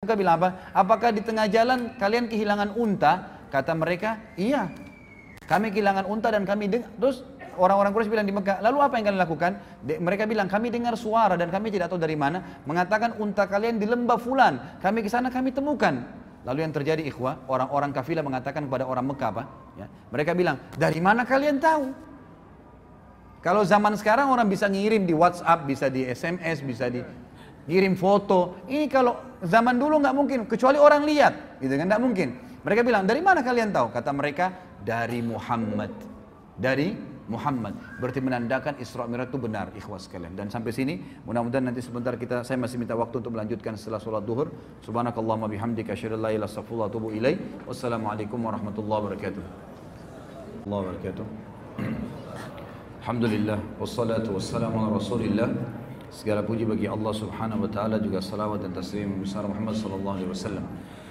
bilang apa? Apakah di tengah jalan kalian kehilangan unta? Kata mereka, iya. Kami kehilangan unta dan kami dengar. Terus orang-orang Quraisy bilang di Mekah, lalu apa yang kalian lakukan? Mereka bilang, kami dengar suara dan kami tidak tahu dari mana, mengatakan unta kalian di lembah fulan. Kami ke sana kami temukan. Lalu yang terjadi ikhwah, orang-orang kafilah mengatakan kepada orang Mekah apa? Ya, mereka bilang, dari mana kalian tahu? Kalau zaman sekarang orang bisa ngirim di WhatsApp, bisa di SMS, bisa di ngirim foto. Ini kalau zaman dulu nggak mungkin, kecuali orang lihat, gitu kan? Nggak mungkin. Mereka bilang, dari mana kalian tahu? Kata mereka, dari Muhammad. Dari Muhammad. Berarti menandakan Isra Mi'raj itu benar, ikhwas sekalian. Dan sampai sini, mudah-mudahan nanti sebentar saya masih minta waktu untuk melanjutkan setelah sholat duhur. Subhanakallahumma bihamdika asyhadu an la ilaha illa anta astaghfiruka wa atubu ilaik. Wassalamualaikum warahmatullahi wabarakatuh. Allah wabarakatuh. Alhamdulillah, wassalatu wassalamu ala rasulillah. Segala puji bagi Allah subhanahu wa ta'ala, juga salawat dan taslim besar Muhammad sallallahu alaihi wasallam.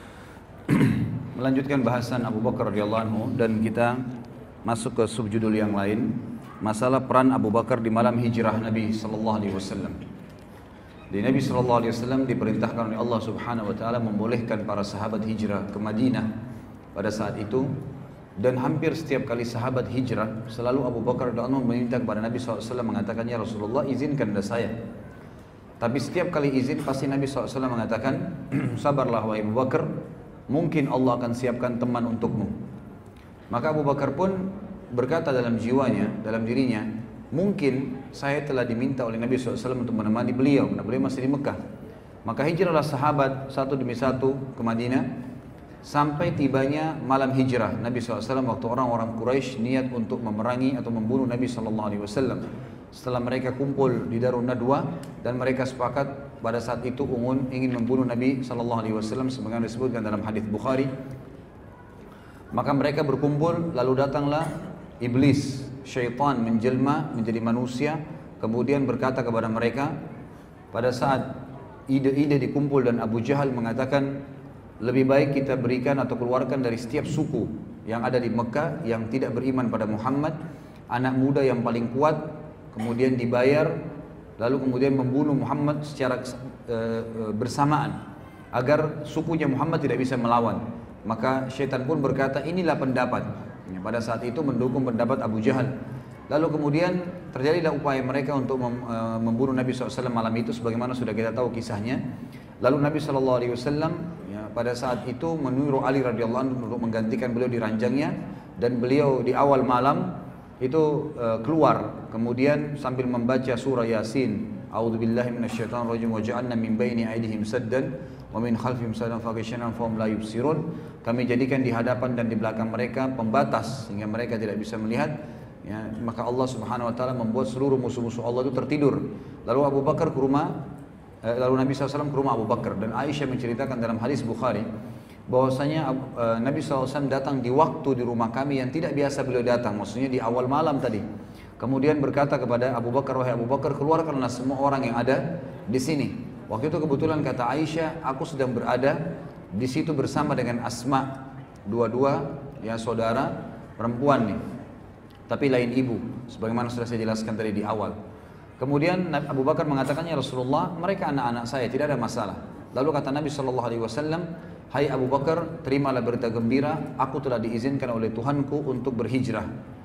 Melanjutkan bahasan Abu Bakar radhiyallahu anhu, dan kita masuk ke subjudul yang lain, masalah peran Abu Bakar di malam hijrah Nabi sallallahu alaihi wasallam. Di Nabi sallallahu alaihi wasallam diperintahkan oleh Allah subhanahu wa ta'ala membolehkan para sahabat hijrah ke Madinah pada saat itu. Dan hampir setiap kali sahabat hijrah, selalu Abu Bakar radhiyallahu anhu meminta kepada Nabi SAW, mengatakan, ya Rasulullah, izinkan anda saya. Tapi setiap kali izin, pasti Nabi SAW mengatakan, sabarlah wahai Abu Bakar, mungkin Allah akan siapkan teman untukmu. Maka Abu Bakar pun berkata dalam jiwanya, dalam dirinya, mungkin saya telah diminta oleh Nabi SAW untuk menemani beliau, karena beliau masih di Mekah. Maka hijrahlah sahabat satu demi satu ke Madinah, sampai tibanya malam hijrah Nabi SAW, waktu orang-orang Quraisy niat untuk memerangi atau membunuh Nabi SAW. Setelah mereka kumpul di Darun Nadwa dan mereka sepakat pada saat itu ingin membunuh Nabi SAW, sebagaimana disebutkan dalam hadis Bukhari. Maka mereka berkumpul, lalu datanglah iblis, syaitan menjelma menjadi manusia, kemudian berkata kepada mereka pada saat ide-ide dikumpul, dan Abu Jahal mengatakan, lebih baik kita berikan atau keluarkan dari setiap suku yang ada di Mekah yang tidak beriman pada Muhammad, anak muda yang paling kuat, kemudian dibayar, lalu kemudian membunuh Muhammad secara bersamaan, agar sukunya Muhammad tidak bisa melawan. Maka syaitan pun berkata, inilah pendapat. Pada saat itu mendukung pendapat Abu Jahal. Lalu kemudian terjadilah upaya mereka untuk membunuh Nabi SAW malam itu, sebagaimana sudah kita tahu kisahnya. Lalu Nabi SAW pada saat itu menyuruh Ali radhiyallahu anhu untuk menggantikan beliau di ranjangnya, dan beliau di awal malam itu keluar, kemudian sambil membaca surah Yasin, a'udzubillahi minasyaitonirrajim, wa ja'alna min baini aydihim saddan wa min khalfihim saddan faghashayna fahum la yubsirun. Kami jadikan di hadapan dan di belakang mereka pembatas sehingga mereka tidak bisa melihat. Ya, maka Allah Subhanahu wa taala membuat seluruh musuh-musuh Allah itu tertidur. Lalu Abu Bakar ke rumah Lalu Nabi SAW ke rumah Abu Bakar, dan Aisyah menceritakan dalam hadis Bukhari bahwasanya Nabi SAW datang di waktu di rumah kami yang tidak biasa beliau datang, maksudnya di awal malam tadi. Kemudian berkata kepada Abu Bakar, wahai Abu Bakar, keluarkanlah semua orang yang ada di sini. Waktu itu kebetulan kata Aisyah, aku sedang berada di situ bersama dengan Asma, dua-dua ya saudara perempuan nih, tapi lain ibu, sebagaimana sudah saya jelaskan tadi di awal. Kemudian Abu Bakar mengatakan, ya Rasulullah, mereka anak-anak saya, tidak ada masalah. Lalu kata Nabi SAW, hai Abu Bakar, terimalah berita gembira, aku telah diizinkan oleh Tuhanku untuk berhijrah.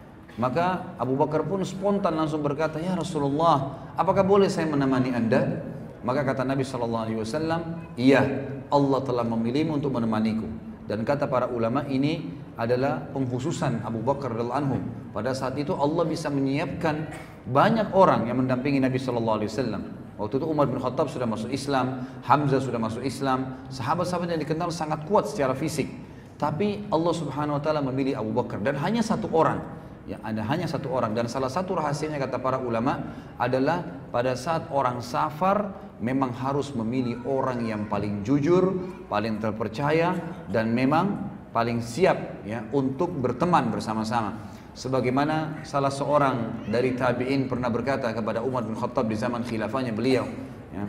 Maka Abu Bakar pun spontan langsung berkata, ya Rasulullah, apakah boleh saya menemani anda? Maka kata Nabi SAW, iya, Allah telah memilihmu untuk menemaniku. Dan kata para ulama, ini adalah pengkhususan Abu Bakar radhiyallahu anhu. Pada saat itu Allah bisa menyiapkan banyak orang yang mendampingi Nabi SAW. Waktu itu Umar bin Khattab sudah masuk Islam, Hamzah sudah masuk Islam, sahabat-sahabat yang dikenal sangat kuat secara fisik. Tapi Allah Subhanahu wa taala memilih Abu Bakar, dan hanya satu orang. Ya, ada hanya satu orang, dan salah satu rahasianya kata para ulama adalah pada saat orang safar memang harus memilih orang yang paling jujur, paling terpercaya, dan memang paling siap ya untuk berteman bersama-sama. Sebagaimana salah seorang dari tabi'in pernah berkata kepada Umar bin Khattab di zaman khilafahnya beliau, ya,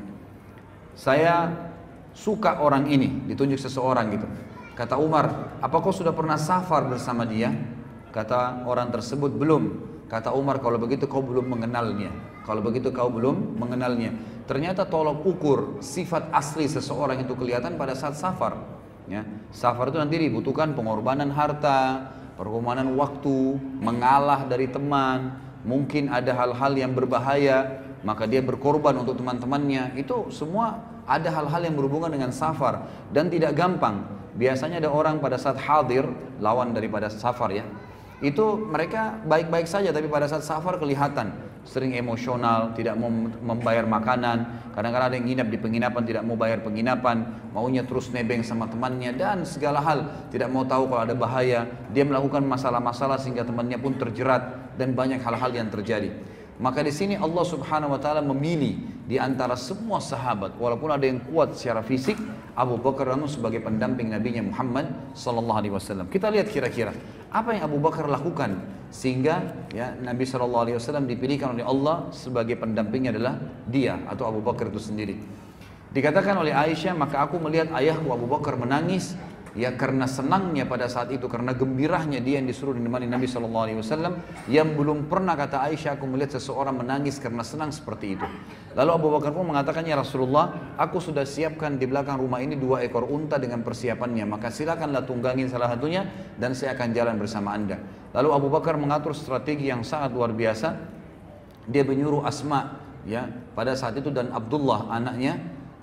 saya suka orang ini, ditunjuk seseorang gitu. Kata Umar, apa kau sudah pernah safar bersama dia? Kata orang tersebut, belum. Kata Umar, kalau begitu kau belum mengenalnya. Kalau begitu kau belum mengenalnya. Ternyata tolok ukur sifat asli seseorang itu kelihatan pada saat safar. Ya, safar itu nanti dibutuhkan pengorbanan harta, pengorbanan waktu, mengalah dari teman, mungkin ada hal-hal yang berbahaya, maka dia berkorban untuk teman-temannya. Itu semua ada hal-hal yang berhubungan dengan safar dan tidak gampang. Biasanya ada orang pada saat hadir, lawan daripada safar ya, itu mereka baik-baik saja, tapi pada saat safar kelihatan sering emosional, tidak mau membayar makanan. Kadang-kadang ada yang nginap di penginapan, tidak mau bayar penginapan, maunya terus nebeng sama temannya dan segala hal, tidak mau tahu kalau ada bahaya. Dia melakukan masalah-masalah sehingga temannya pun terjerat dan banyak hal-hal yang terjadi. Maka di sini Allah Subhanahu wa taala memilih di antara semua sahabat, walaupun ada yang kuat secara fisik, Abu Bakar sebagai pendamping Nabi Muhammad sallallahu alaihi wasallam. Kita lihat kira-kira apa yang Abu Bakar lakukan sehingga ya Nabi sallallahu alaihi wasallam dipilihkan oleh Allah sebagai pendampingnya adalah dia atau Abu Bakar itu sendiri. Dikatakan oleh Aisyah, maka aku melihat ayahku Abu Bakar menangis ya karena senangnya pada saat itu, karena gembirahnya dia yang disuruh dinemani Nabi SAW, yang belum pernah, kata Aisyah, aku melihat seseorang menangis karena senang seperti itu. Lalu Abu Bakar pun mengatakan, ya Rasulullah, aku sudah siapkan di belakang rumah ini 2 ekor unta dengan persiapannya, maka silakanlah tunggangin salah satunya dan saya akan jalan bersama anda. Lalu Abu Bakar mengatur strategi yang sangat luar biasa. Dia menyuruh Asma ya pada saat itu dan Abdullah anaknya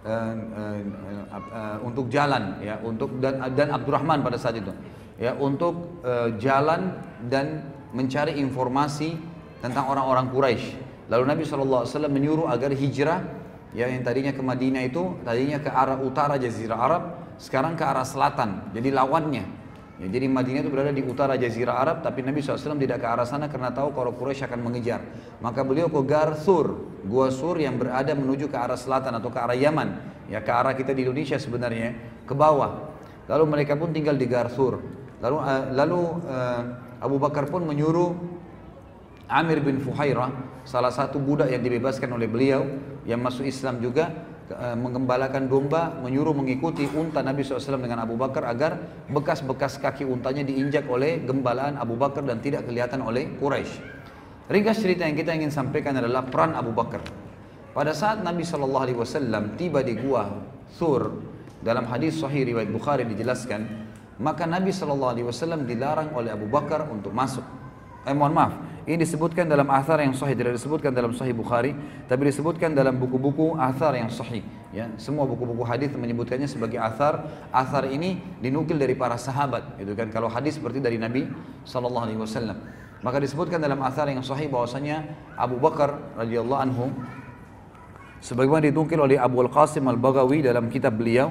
untuk jalan ya, untuk dan Abdurrahman pada saat itu ya, untuk jalan dan mencari informasi tentang orang-orang Quraisy. Lalu Nabi SAW menyuruh agar hijrah ya, yang tadinya ke Madinah itu tadinya ke arah utara Jazirah Arab, sekarang ke arah selatan, jadi lawannya ya. Jadi Madinah itu berada di utara Jazirah Arab, tapi Nabi SAW tidak ke arah sana karena tahu kalau Quraisy akan mengejar. Maka beliau ke Gar Thur, Gua Sur yang berada menuju ke arah selatan atau ke arah Yaman, ya ke arah kita di Indonesia sebenarnya, ke bawah. Lalu mereka pun tinggal di Gar Thur. Lalu Abu Bakar pun menyuruh Amir bin Fuhairah, salah satu budak yang dibebaskan oleh beliau yang masuk Islam juga, menggembalakan domba, menyuruh mengikuti unta Nabi SAW dengan Abu Bakar agar bekas-bekas kaki untanya diinjak oleh gembalaan Abu Bakar dan tidak kelihatan oleh Quraisy. Ringkas cerita yang kita ingin sampaikan adalah peran Abu Bakar. Pada saat Nabi SAW tiba di Gua Thur, dalam hadis sahih riwayat Bukhari dijelaskan, maka Nabi SAW dilarang oleh Abu Bakar untuk masuk. Mohon maaf, ini disebutkan dalam athar yang sahih, tidak disebutkan dalam sahih Bukhari, tapi disebutkan dalam buku-buku athar yang sahih ya. Semua buku-buku hadis menyebutkannya sebagai athar. Athar ini dinukil dari para sahabat gitu kan. Kalau hadis seperti dari Nabi SAW, maka disebutkan dalam athar yang sahih bahwasanya Abu Bakar radhiyallahu anhu, sebagaimana dinukil oleh Abu Al-Qasim Al-Baghawi dalam kitab beliau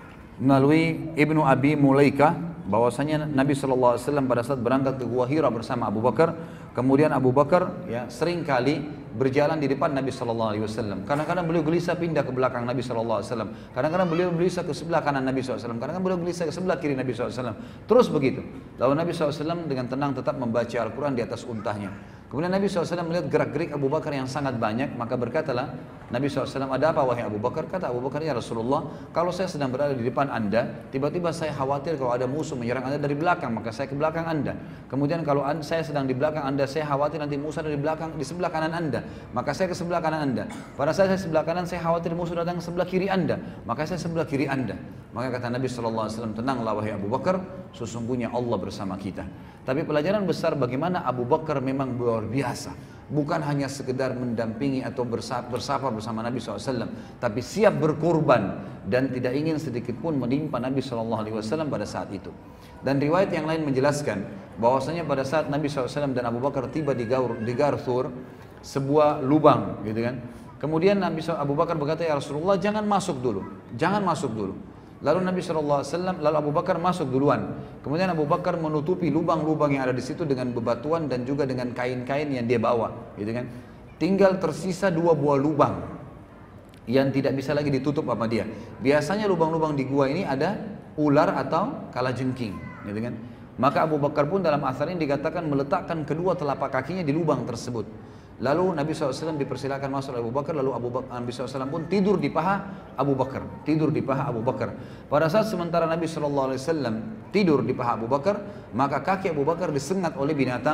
melalui Ibnu Abi Mulaika, bahwasanya Nabi SAW pada saat berangkat ke Gua Hira bersama Abu Bakar, kemudian Abu Bakar ya sering kali berjalan di depan Nabi SAW. Kadang-kadang beliau gelisah pindah ke belakang Nabi SAW. Kadang-kadang beliau gelisah ke sebelah kanan Nabi SAW. Kadang-kadang beliau gelisah ke sebelah kiri Nabi SAW. Terus begitu. Lalu Nabi SAW dengan tenang tetap membaca Al-Quran di atas untahnya. Kemudian Nabi SAW melihat gerak-gerik Abu Bakar yang sangat banyak, maka berkatalah Nabi SAW, ada apa wahai Abu Bakar? Kata Abu Bakar, ya Rasulullah, kalau saya sedang berada di depan anda, tiba-tiba saya khawatir kalau ada musuh menyerang anda dari belakang, maka saya ke belakang anda. Kemudian kalau saya sedang di belakang anda, saya khawatir nanti musuh ada di belakang, di sebelah kanan anda, maka saya ke sebelah kanan anda. Pada saat saya sebelah kanan, saya khawatir musuh datang ke sebelah kiri anda, maka saya sebelah kiri anda. Maka kata Nabi SAW, tenanglah wahai Abu Bakar, sesungguhnya Allah bersama kita. Tapi pelajaran besar bagaimana Abu Bakar memang luar biasa. Bukan hanya sekedar mendampingi atau bersafar bersama Nabi SAW, tapi siap berkorban dan tidak ingin sedikit pun menimpa Nabi SAW pada saat itu. Dan riwayat yang lain menjelaskan bahwasanya pada saat Nabi SAW dan Abu Bakar tiba di Gar Thur, sebuah lubang gitu kan. Kemudian Abu Bakar berkata, ya Rasulullah, jangan masuk dulu, jangan masuk dulu. Lalu Nabi SAW, lalu Abu Bakar masuk duluan. Kemudian Abu Bakar menutupi lubang-lubang yang ada di situ dengan bebatuan dan juga dengan kain-kain yang dia bawa, gitu kan. Tinggal tersisa 2 buah lubang yang tidak bisa lagi ditutup sama dia. Biasanya lubang-lubang di gua ini ada ular atau kalajengking, gitu kan. Maka Abu Bakar pun dalam asar ini dikatakan meletakkan kedua telapak kakinya di lubang tersebut. Lalu Nabi SAW dipersilakan masuk oleh Abu Bakar, lalu Nabi SAW pun tidur di paha Abu Bakar, tidur di paha Abu Bakar. Pada saat sementara Nabi SAW tidur di paha Abu Bakar, maka kaki Abu Bakar disengat oleh binatang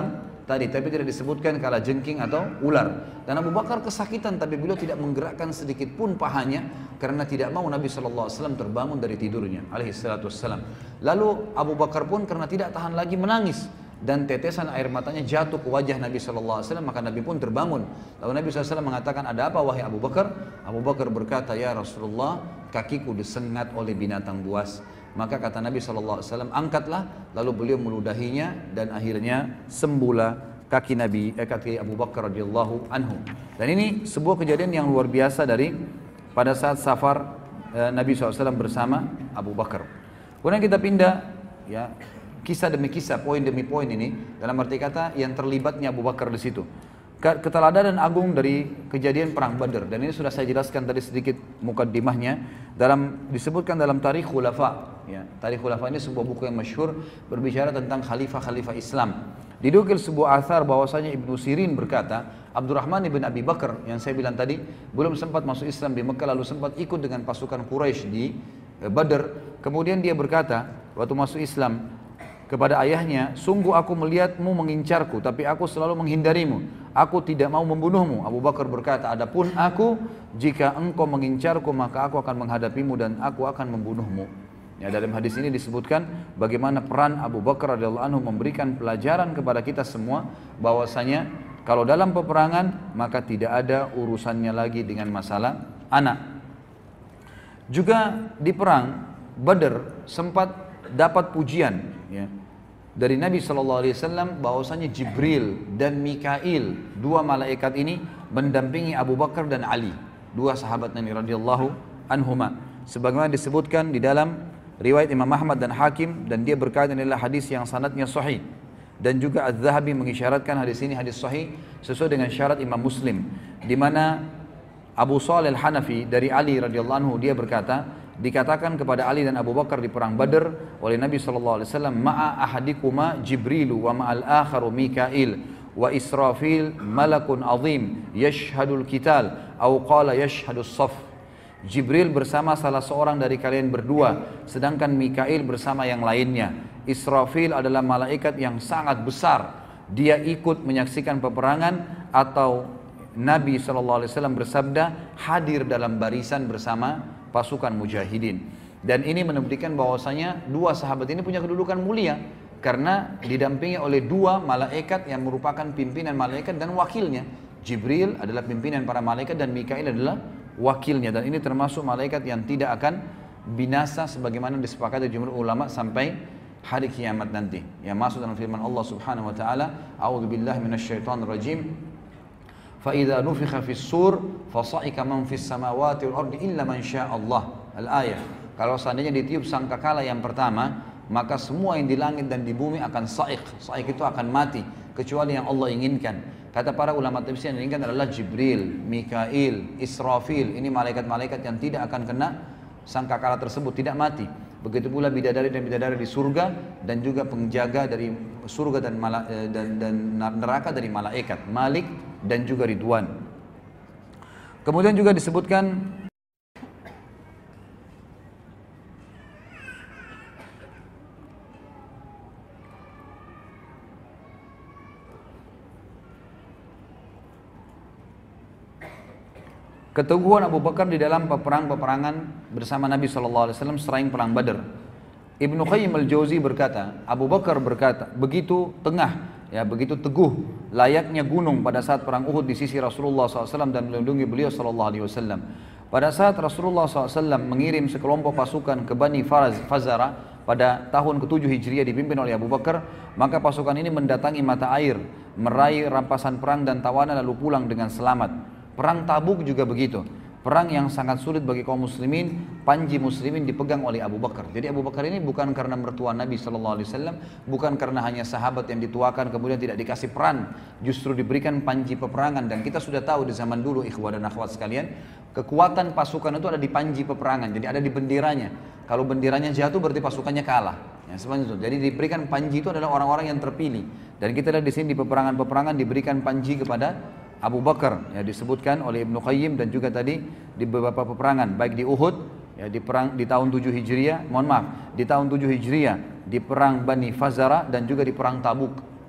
tadi, tapi tidak disebutkan kalajengking atau ular. Dan Abu Bakar kesakitan, tapi beliau tidak menggerakkan sedikit pun pahanya karena tidak mau Nabi SAW terbangun dari tidurnya alaihi salatu wassalam. Lalu Abu Bakar pun karena tidak tahan lagi menangis dan tetesan air matanya jatuh ke wajah Nabi SAW, maka Nabi pun terbangun. Lalu Nabi SAW mengatakan, ada apa wahai Abu Bakar? Abu Bakar berkata, ya Rasulullah, kakiku disengat oleh binatang buas. Maka kata Nabi SAW, angkatlah. Lalu beliau meludahinya dan akhirnya sembuhlah kaki Abu Bakar radhiyallahu anhu. Dan ini sebuah kejadian yang luar biasa dari pada saat safar Nabi SAW bersama Abu Bakar. Kemudian kita pindah, ya, kisah demi kisah, poin demi poin ini, dalam arti kata yang terlibatnya Abu Bakar di situ. Keteladanan agung dari kejadian perang Badar, dan ini sudah saya jelaskan tadi sedikit mukaddimahnya, disebutkan dalam Tarikh Khulafa. Ya, Tarikh Khulafa ini sebuah buku yang masyhur berbicara tentang khalifah-khalifah Islam. Didukil sebuah athar bahwasanya Ibnu Sirin berkata, Abdurrahman ibn Abi Bakar yang saya bilang tadi belum sempat masuk Islam di Mekah, lalu sempat ikut dengan pasukan Quraisy di Badar. Kemudian dia berkata waktu masuk Islam kepada ayahnya, sungguh aku melihatmu mengincarku, tapi aku selalu menghindarimu. Aku tidak mau membunuhmu. Abu Bakar berkata, adapun aku, jika engkau mengincarku, maka aku akan menghadapimu dan aku akan membunuhmu. Ya, dalam hadis ini disebutkan bagaimana peran Abu Bakar radhiyallahu anhu memberikan pelajaran kepada kita semua, bahwasanya kalau dalam peperangan maka tidak ada urusannya lagi dengan masalah anak. Juga di perang Badar sempat dapat pujian, ya, dari Nabi SAW bahwasanya Jibril dan Mikail, dua malaikat ini mendampingi Abu Bakar dan Ali, dua sahabat Nabi radhiyallahu anhuma. Sebagaimana disebutkan di dalam riwayat Imam Ahmad dan Hakim, dan dia berkata inilah hadis yang sanadnya sahih. Dan juga Az-Zahabi mengisyaratkan hadis ini hadis sahih sesuai dengan syarat Imam Muslim, di mana Abu Shalih Al-Hanafi dari Ali radhiyallahu anhu dia berkata, dikatakan kepada Ali dan Abu Bakar di perang Badar oleh Nabi SAW, ma'a ahadikuma Jibrilu wa ma'al akharu Mikail wa Israfil malakun azim yashhadul kital au qala yashhadus saf. Jibril bersama salah seorang dari kalian berdua, sedangkan Mikail bersama yang lainnya. Israfil adalah malaikat yang sangat besar, dia ikut menyaksikan peperangan, atau Nabi SAW bersabda hadir dalam barisan bersama pasukan mujahidin. Dan ini menunjukkan bahwasanya dua sahabat ini punya kedudukan mulia karena didampingi oleh dua malaikat yang merupakan pimpinan malaikat dan wakilnya. Jibril adalah pimpinan para malaikat dan Mikail adalah wakilnya, dan ini termasuk malaikat yang tidak akan binasa sebagaimana disepakati jumhur ulama sampai hari kiamat nanti. Yang masuk dalam firman Allah Subhanahu wa taala, a'udzubillahi minasyaitonirrajim. فَإِذَا نُفِخَ فِي الصُّورِ فَصَعِقَ مَنْ فِي السَّمَاوَاتِ وَالْأَرْضِ إِلَّا مَنْ شَاءَ اللَّهُ. Al-ayah. Kalau seandainya ditiup sangkakala yang pertama, maka semua yang di langit dan di bumi akan sa'iq. Sa'iq itu akan mati kecuali yang Allah inginkan. Kata para ulama tafsir yang diinginkan adalah Jibril, Mikail, Israfil. Ini malaikat-malaikat yang tidak akan kena sangkakala tersebut, tidak mati. Begitu pula bidadari dan bidadari di surga, dan juga penjaga dari surga dan neraka dari malaikat, Malik dan juga Ridwan. Kemudian juga disebutkan keteguhan Abu Bakar di dalam peperangan bersama Nabi SAW selain perang Badar. Ibnu Qayyim al-Jauzi berkata, Abu Bakar berkata, begitu teguh layaknya gunung pada saat perang Uhud di sisi Rasulullah SAW dan melindungi beliau SAW. Pada saat Rasulullah SAW mengirim sekelompok pasukan ke Bani Fazara pada tahun ke-7 Hijriah dipimpin oleh Abu Bakar, maka pasukan ini mendatangi mata air, meraih rampasan perang dan tawanan lalu pulang dengan selamat. Perang Tabuk juga begitu. Perang yang sangat sulit bagi kaum muslimin, panji muslimin dipegang oleh Abu Bakar. Jadi Abu Bakar ini bukan karena mertua Nabi SAW, bukan karena hanya sahabat yang dituakan kemudian tidak dikasih peran, justru diberikan panji peperangan. Dan kita sudah tahu di zaman dulu, ikhwah dan akhwat sekalian, kekuatan pasukan itu ada di panji peperangan, jadi ada di benderanya. Kalau benderanya jatuh berarti pasukannya kalah. Ya, seperti itu. Jadi diberikan panji itu adalah orang-orang yang terpilih. Dan kita lihat di sini di peperangan-peperangan diberikan panji kepada Abu Bakar, ya, disebutkan oleh Ibnu Qayyim dan juga tadi di beberapa peperangan, baik di Uhud, ya, di perang di tahun 7 Hijriah, di tahun 7 Hijriah, di perang Bani Fazara dan juga di perang Tabuk.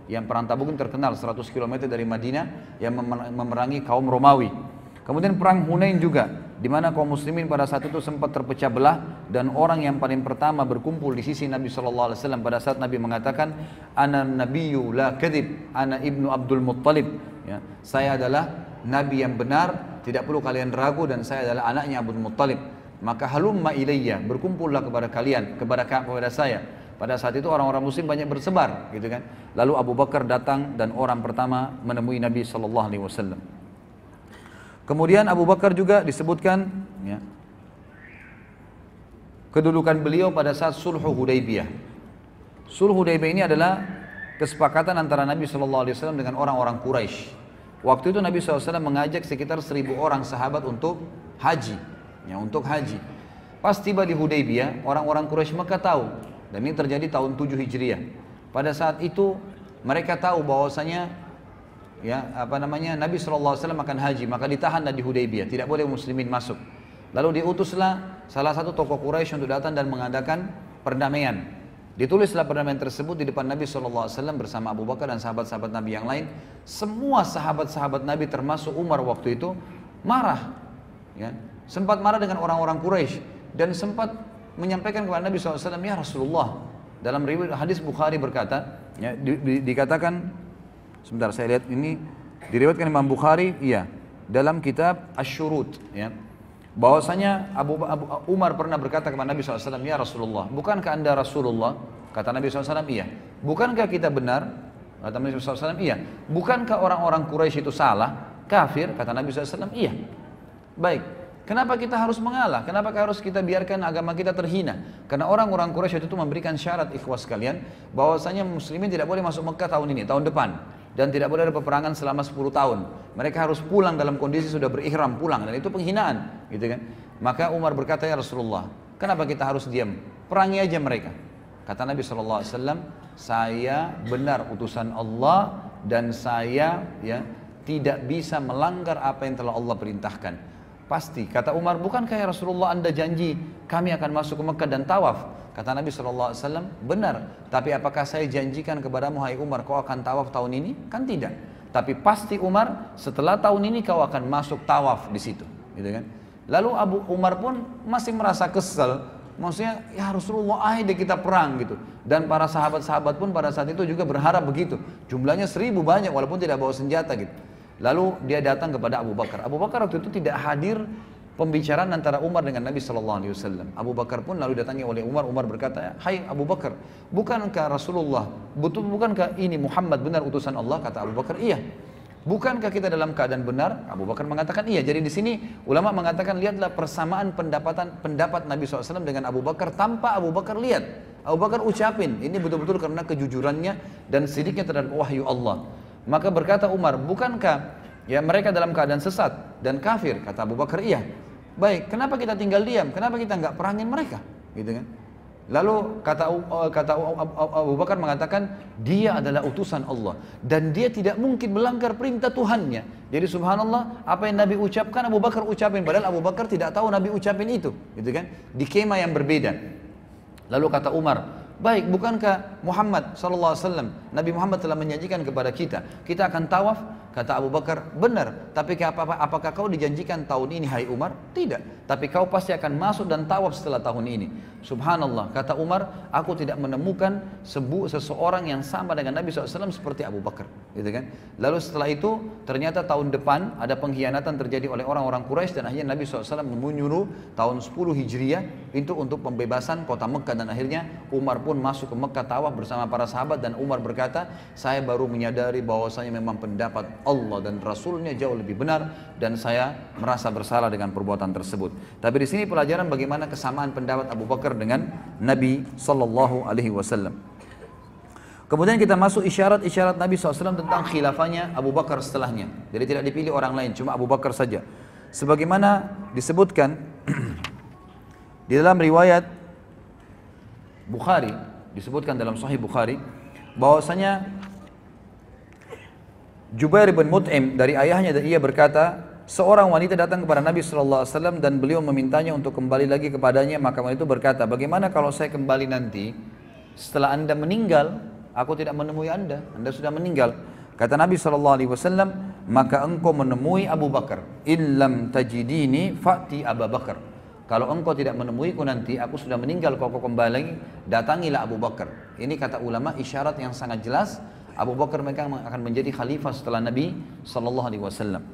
yang perang Tabuk ini terkenal 100 km dari Madinah yang memerangi kaum Romawi. Kemudian perang Hunain juga, di mana kaum muslimin pada saat itu sempat terpecah belah dan orang yang paling pertama berkumpul di sisi Nabi SAW pada saat Nabi mengatakan, Ana nabiyyu la kadhib, ana ibnu Abdul Muttalib. Ya, saya adalah Nabi yang benar, tidak perlu kalian ragu, dan saya adalah anaknya Abdul Muttalib. Maka halumma ilayya, berkumpullah kepada kalian, kepada saya. Pada saat itu orang-orang muslim banyak bersebar, gitu kan. Lalu Abu Bakar datang dan orang pertama menemui Nabi SAW. Kemudian Abu Bakar juga disebutkan ya, kedudukan beliau pada saat Sulhu Hudaybiyah. Sulhu Hudaybiyah ini adalah kesepakatan antara Nabi SAW dengan orang-orang Quraisy. Waktu itu Nabi SAW mengajak sekitar 1.000 orang sahabat untuk haji. Ya, untuk haji. Pas tiba di Hudaybiyah, orang-orang Quraisy Mekah tahu, dan ini terjadi tahun 7 Hijriah. Pada saat itu mereka tahu bahwasanya Nabi SAW akan haji, maka ditahanlah di Hudaybiyah, tidak boleh muslimin masuk. Lalu diutuslah salah satu tokoh Quraisy untuk datang dan mengadakan perdamaian. Ditulislah perdamaian tersebut di depan Nabi SAW bersama Abu Bakar dan sahabat-sahabat Nabi yang lain. Semua sahabat-sahabat Nabi termasuk Umar waktu itu marah, ya, sempat marah dengan orang-orang Quraisy dan sempat menyampaikan kepada Nabi SAW, ya Rasulullah, dalam riwayat hadis Bukhari berkata, ya, dikatakan, sebentar saya lihat ini diriwayatkan Imam Bukhari, iya, dalam kitab Asy-Syurut, ya, bahwasanya Umar pernah berkata kepada Nabi SAW, ya Rasulullah, bukankah anda Rasulullah? Kata Nabi SAW, iya. Bukankah kita benar? Kata Nabi SAW, iya. Bukankah orang-orang Quraisy itu salah, kafir? Kata Nabi SAW, iya. Baik, kenapa kita harus mengalah? Kenapa harus kita biarkan agama kita terhina? Karena orang-orang Quraisy itu memberikan syarat, ikhwas sekalian, bahwasanya muslimin tidak boleh masuk Mekah tahun ini, tahun depan. Dan tidak boleh ada peperangan selama 10 tahun. Mereka harus pulang dalam kondisi sudah berihram pulang, dan itu penghinaan, gitu kan? Maka Umar berkata, ya Rasulullah, kenapa kita harus diam? Perangi aja mereka. Kata Nabi SAW, saya benar utusan Allah dan saya tidak bisa melanggar apa yang telah Allah perintahkan. Pasti, kata Umar, bukankah ya Rasulullah anda janji kami akan masuk ke Mekah dan tawaf? Kata Nabi SAW, benar, tapi apakah saya janjikan kepadamu, hai Umar, kau akan tawaf tahun ini? Kan tidak. Tapi pasti Umar, setelah tahun ini kau akan masuk tawaf di situ, gitu kan? Lalu Abu Umar pun masih merasa kesel, maksudnya, ya Rasulullah, ayo deh kita perang gitu. Dan para sahabat-sahabat pun pada saat itu juga berharap begitu. Jumlahnya 1.000 banyak, walaupun tidak bawa senjata gitu. Lalu dia datang kepada Abu Bakar. Abu Bakar waktu itu tidak hadir pembicaraan antara Umar dengan Nabi SAW. Abu Bakar pun lalu datangi oleh Umar. Umar berkata, hai Abu Bakar, bukankah Rasulullah, bukankah ini Muhammad benar utusan Allah? Kata Abu Bakar, iya. Bukankah kita dalam keadaan benar? Abu Bakar mengatakan iya. Jadi di sini ulama mengatakan, lihatlah persamaan pendapat Nabi SAW dengan Abu Bakar tanpa Abu Bakar lihat. Abu Bakar ucapin, ini betul-betul karena kejujurannya dan sidiknya terhadap wahyu Allah. Maka berkata Umar, bukankah ya mereka dalam keadaan sesat dan kafir? Kata Abu Bakar, iya. Baik, kenapa kita tinggal diam? Kenapa kita nggak perangin mereka? Gitu kan? Lalu kata Abu Bakar mengatakan, dia adalah utusan Allah dan dia tidak mungkin melanggar perintah Tuhannya. Jadi subhanallah, apa yang Nabi ucapkan Abu Bakar ucapin, padahal Abu Bakar tidak tahu Nabi ucapin itu, gitu kan? Di kemah yang berbeda. Lalu kata Umar, baik, bukankah Muhammad SAW, Nabi Muhammad telah menjanjikan kepada kita akan tawaf? Kata Abu Bakar, benar, tapi apakah kau dijanjikan tahun ini, hai Umar? Tidak, tapi kau pasti akan masuk dan tawaf setelah tahun ini. Subhanallah, kata Umar, aku tidak menemukan seseorang yang sama dengan Nabi SAW seperti Abu Bakar, gitu kan? Lalu setelah itu, ternyata tahun depan ada pengkhianatan terjadi oleh orang-orang Quraisy dan akhirnya Nabi SAW menyuruh tahun 10 Hijriah itu untuk pembebasan kota Mekah, dan akhirnya Umar pun masuk ke Mekah tawaf bersama para sahabat. Dan Umar berkata, saya baru menyadari bahwasanya memang pendapat Allah dan Rasulnya jauh lebih benar, dan saya merasa bersalah dengan perbuatan tersebut. Tapi di sini pelajaran bagaimana kesamaan pendapat Abu Bakar dengan Nabi Sallallahu Alaihi Wasallam. Kemudian kita masuk isyarat-isyarat Nabi SAW tentang khilafahnya Abu Bakar setelahnya. Jadi tidak dipilih orang lain, cuma Abu Bakar saja. Sebagaimana disebutkan di dalam riwayat Bukhari, disebutkan dalam Sahih Bukhari, bahwasanya Jubair bin Mut'im dari ayahnya, dan ia berkata, seorang wanita datang kepada Nabi SAW dan beliau memintanya untuk kembali lagi kepadanya. Maka wanita itu berkata, bagaimana kalau saya kembali nanti setelah anda meninggal, aku tidak menemui anda sudah meninggal. Kata Nabi SAW, maka engkau menemui Abu Bakar. Illam tajidini fa'ti Abu Bakar. Kalau engkau tidak menemuiku nanti, aku sudah meninggal, kalau kau kembali, datangilah Abu Bakar. Ini kata ulama isyarat yang sangat jelas, Abu Bakar mereka akan menjadi khalifah setelah Nabi SAW.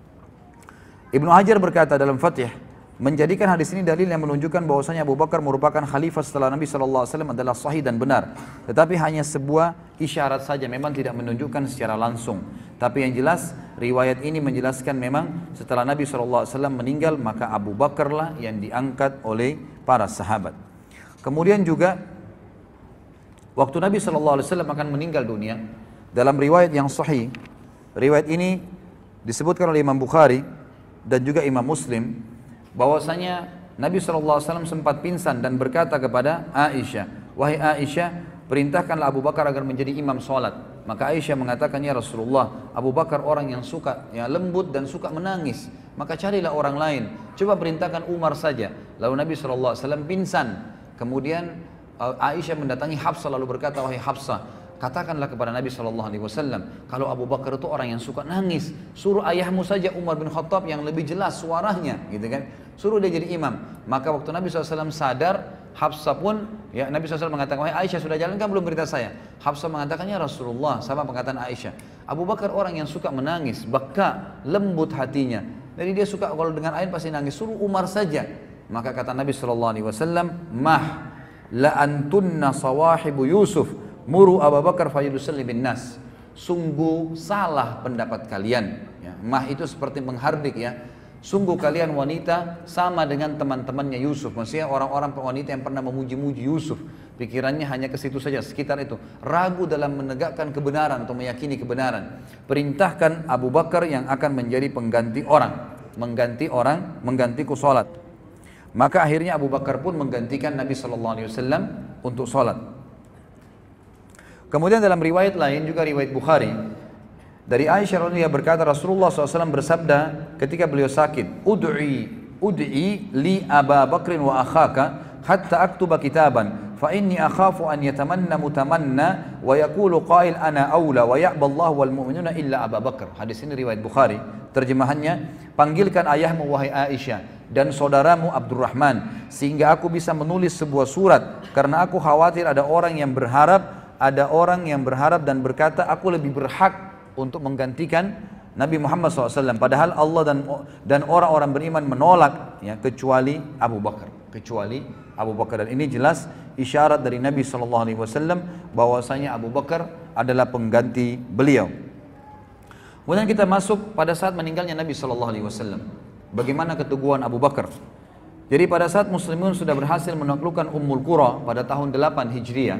Ibnu Hajar berkata dalam Fathih, menjadikan hadis ini dalil yang menunjukkan bahwasanya Abu Bakar merupakan khalifah setelah Nabi SAW adalah sahih dan benar. Tetapi hanya sebuah isyarat saja, memang tidak menunjukkan secara langsung. Tapi yang jelas, riwayat ini menjelaskan memang setelah Nabi SAW meninggal, maka Abu Bakarlah yang diangkat oleh para sahabat. Kemudian juga, waktu Nabi SAW akan meninggal dunia, dalam riwayat yang sahih, riwayat ini disebutkan oleh Imam Bukhari dan juga Imam Muslim, bahwasanya Nabi SAW sempat pingsan dan berkata kepada Aisyah, wahai Aisyah, perintahkanlah Abu Bakar agar menjadi imam sholat. Maka Aisyah mengatakan, ya Rasulullah, Abu Bakar orang yang suka, yang lembut dan suka menangis, maka carilah orang lain, coba perintahkan Umar saja. Lalu Nabi SAW pingsan. Kemudian Aisyah mendatangi Hafsah lalu berkata, wahai Hafsah, katakanlah kepada Nabi SAW, kalau Abu Bakar itu orang yang suka nangis, suruh ayahmu saja Umar bin Khattab yang lebih jelas suaranya, gitu kan? Suruh dia jadi imam. Maka waktu Nabi SAW sadar, Hafsah pun, ya Nabi SAW mengatakan, wahai Aisyah, sudah jalan kan belum berita saya? Hafsah mengatakan, ya Rasulullah, sama perkataan Aisyah, Abu Bakar orang yang suka menangis, baka, lembut hatinya. Jadi dia suka kalau dengan air pasti nangis, suruh Umar saja. Maka kata Nabi SAW, mah la antunna sawahibu Yusuf muru Abu Bakar fayusalli bin nas. Sungguh salah pendapat kalian, ya. Mah itu seperti menghardik, ya. Sungguh kalian wanita sama dengan teman-temannya Yusuf. Maksudnya orang-orang wanita yang pernah memuji-muji Yusuf, pikirannya hanya ke situ saja, sekitar itu, ragu dalam menegakkan kebenaran atau meyakini kebenaran. Perintahkan Abu Bakar yang akan menjadi pengganti orang, menggantiku sholat. Maka akhirnya Abu Bakar pun menggantikan Nabi SAW untuk sholat. Kemudian dalam riwayat lain, juga riwayat Bukhari, dari Aisyah radhiyallahu berkata, Rasulullah SAW bersabda ketika beliau sakit, ud'i li Aba Bakrin wa akhaka hatta aktuba kitaban fa inni akhafu an yatamanna mutamanna wa yaqulu qail ana aula wa ya'ba Allah wal mu'minuna illa Aba Bakr. Hadis ini riwayat Bukhari. Terjemahannya, panggilkan ayahmu wahai Aisyah dan saudaramu Abdurrahman sehingga aku bisa menulis sebuah surat, karena aku khawatir ada orang yang berharap dan berkata aku lebih berhak untuk menggantikan Nabi Muhammad SAW, padahal Allah dan orang-orang beriman menolak, ya, kecuali Abu Bakar. Dan ini jelas isyarat dari Nabi SAW bahwasanya Abu Bakar adalah pengganti beliau. Kemudian kita masuk pada saat meninggalnya Nabi SAW. Bagaimana keteguhan Abu Bakar? Jadi pada saat Muslimun sudah berhasil menaklukkan Ummul Qura pada tahun 8 Hijriah,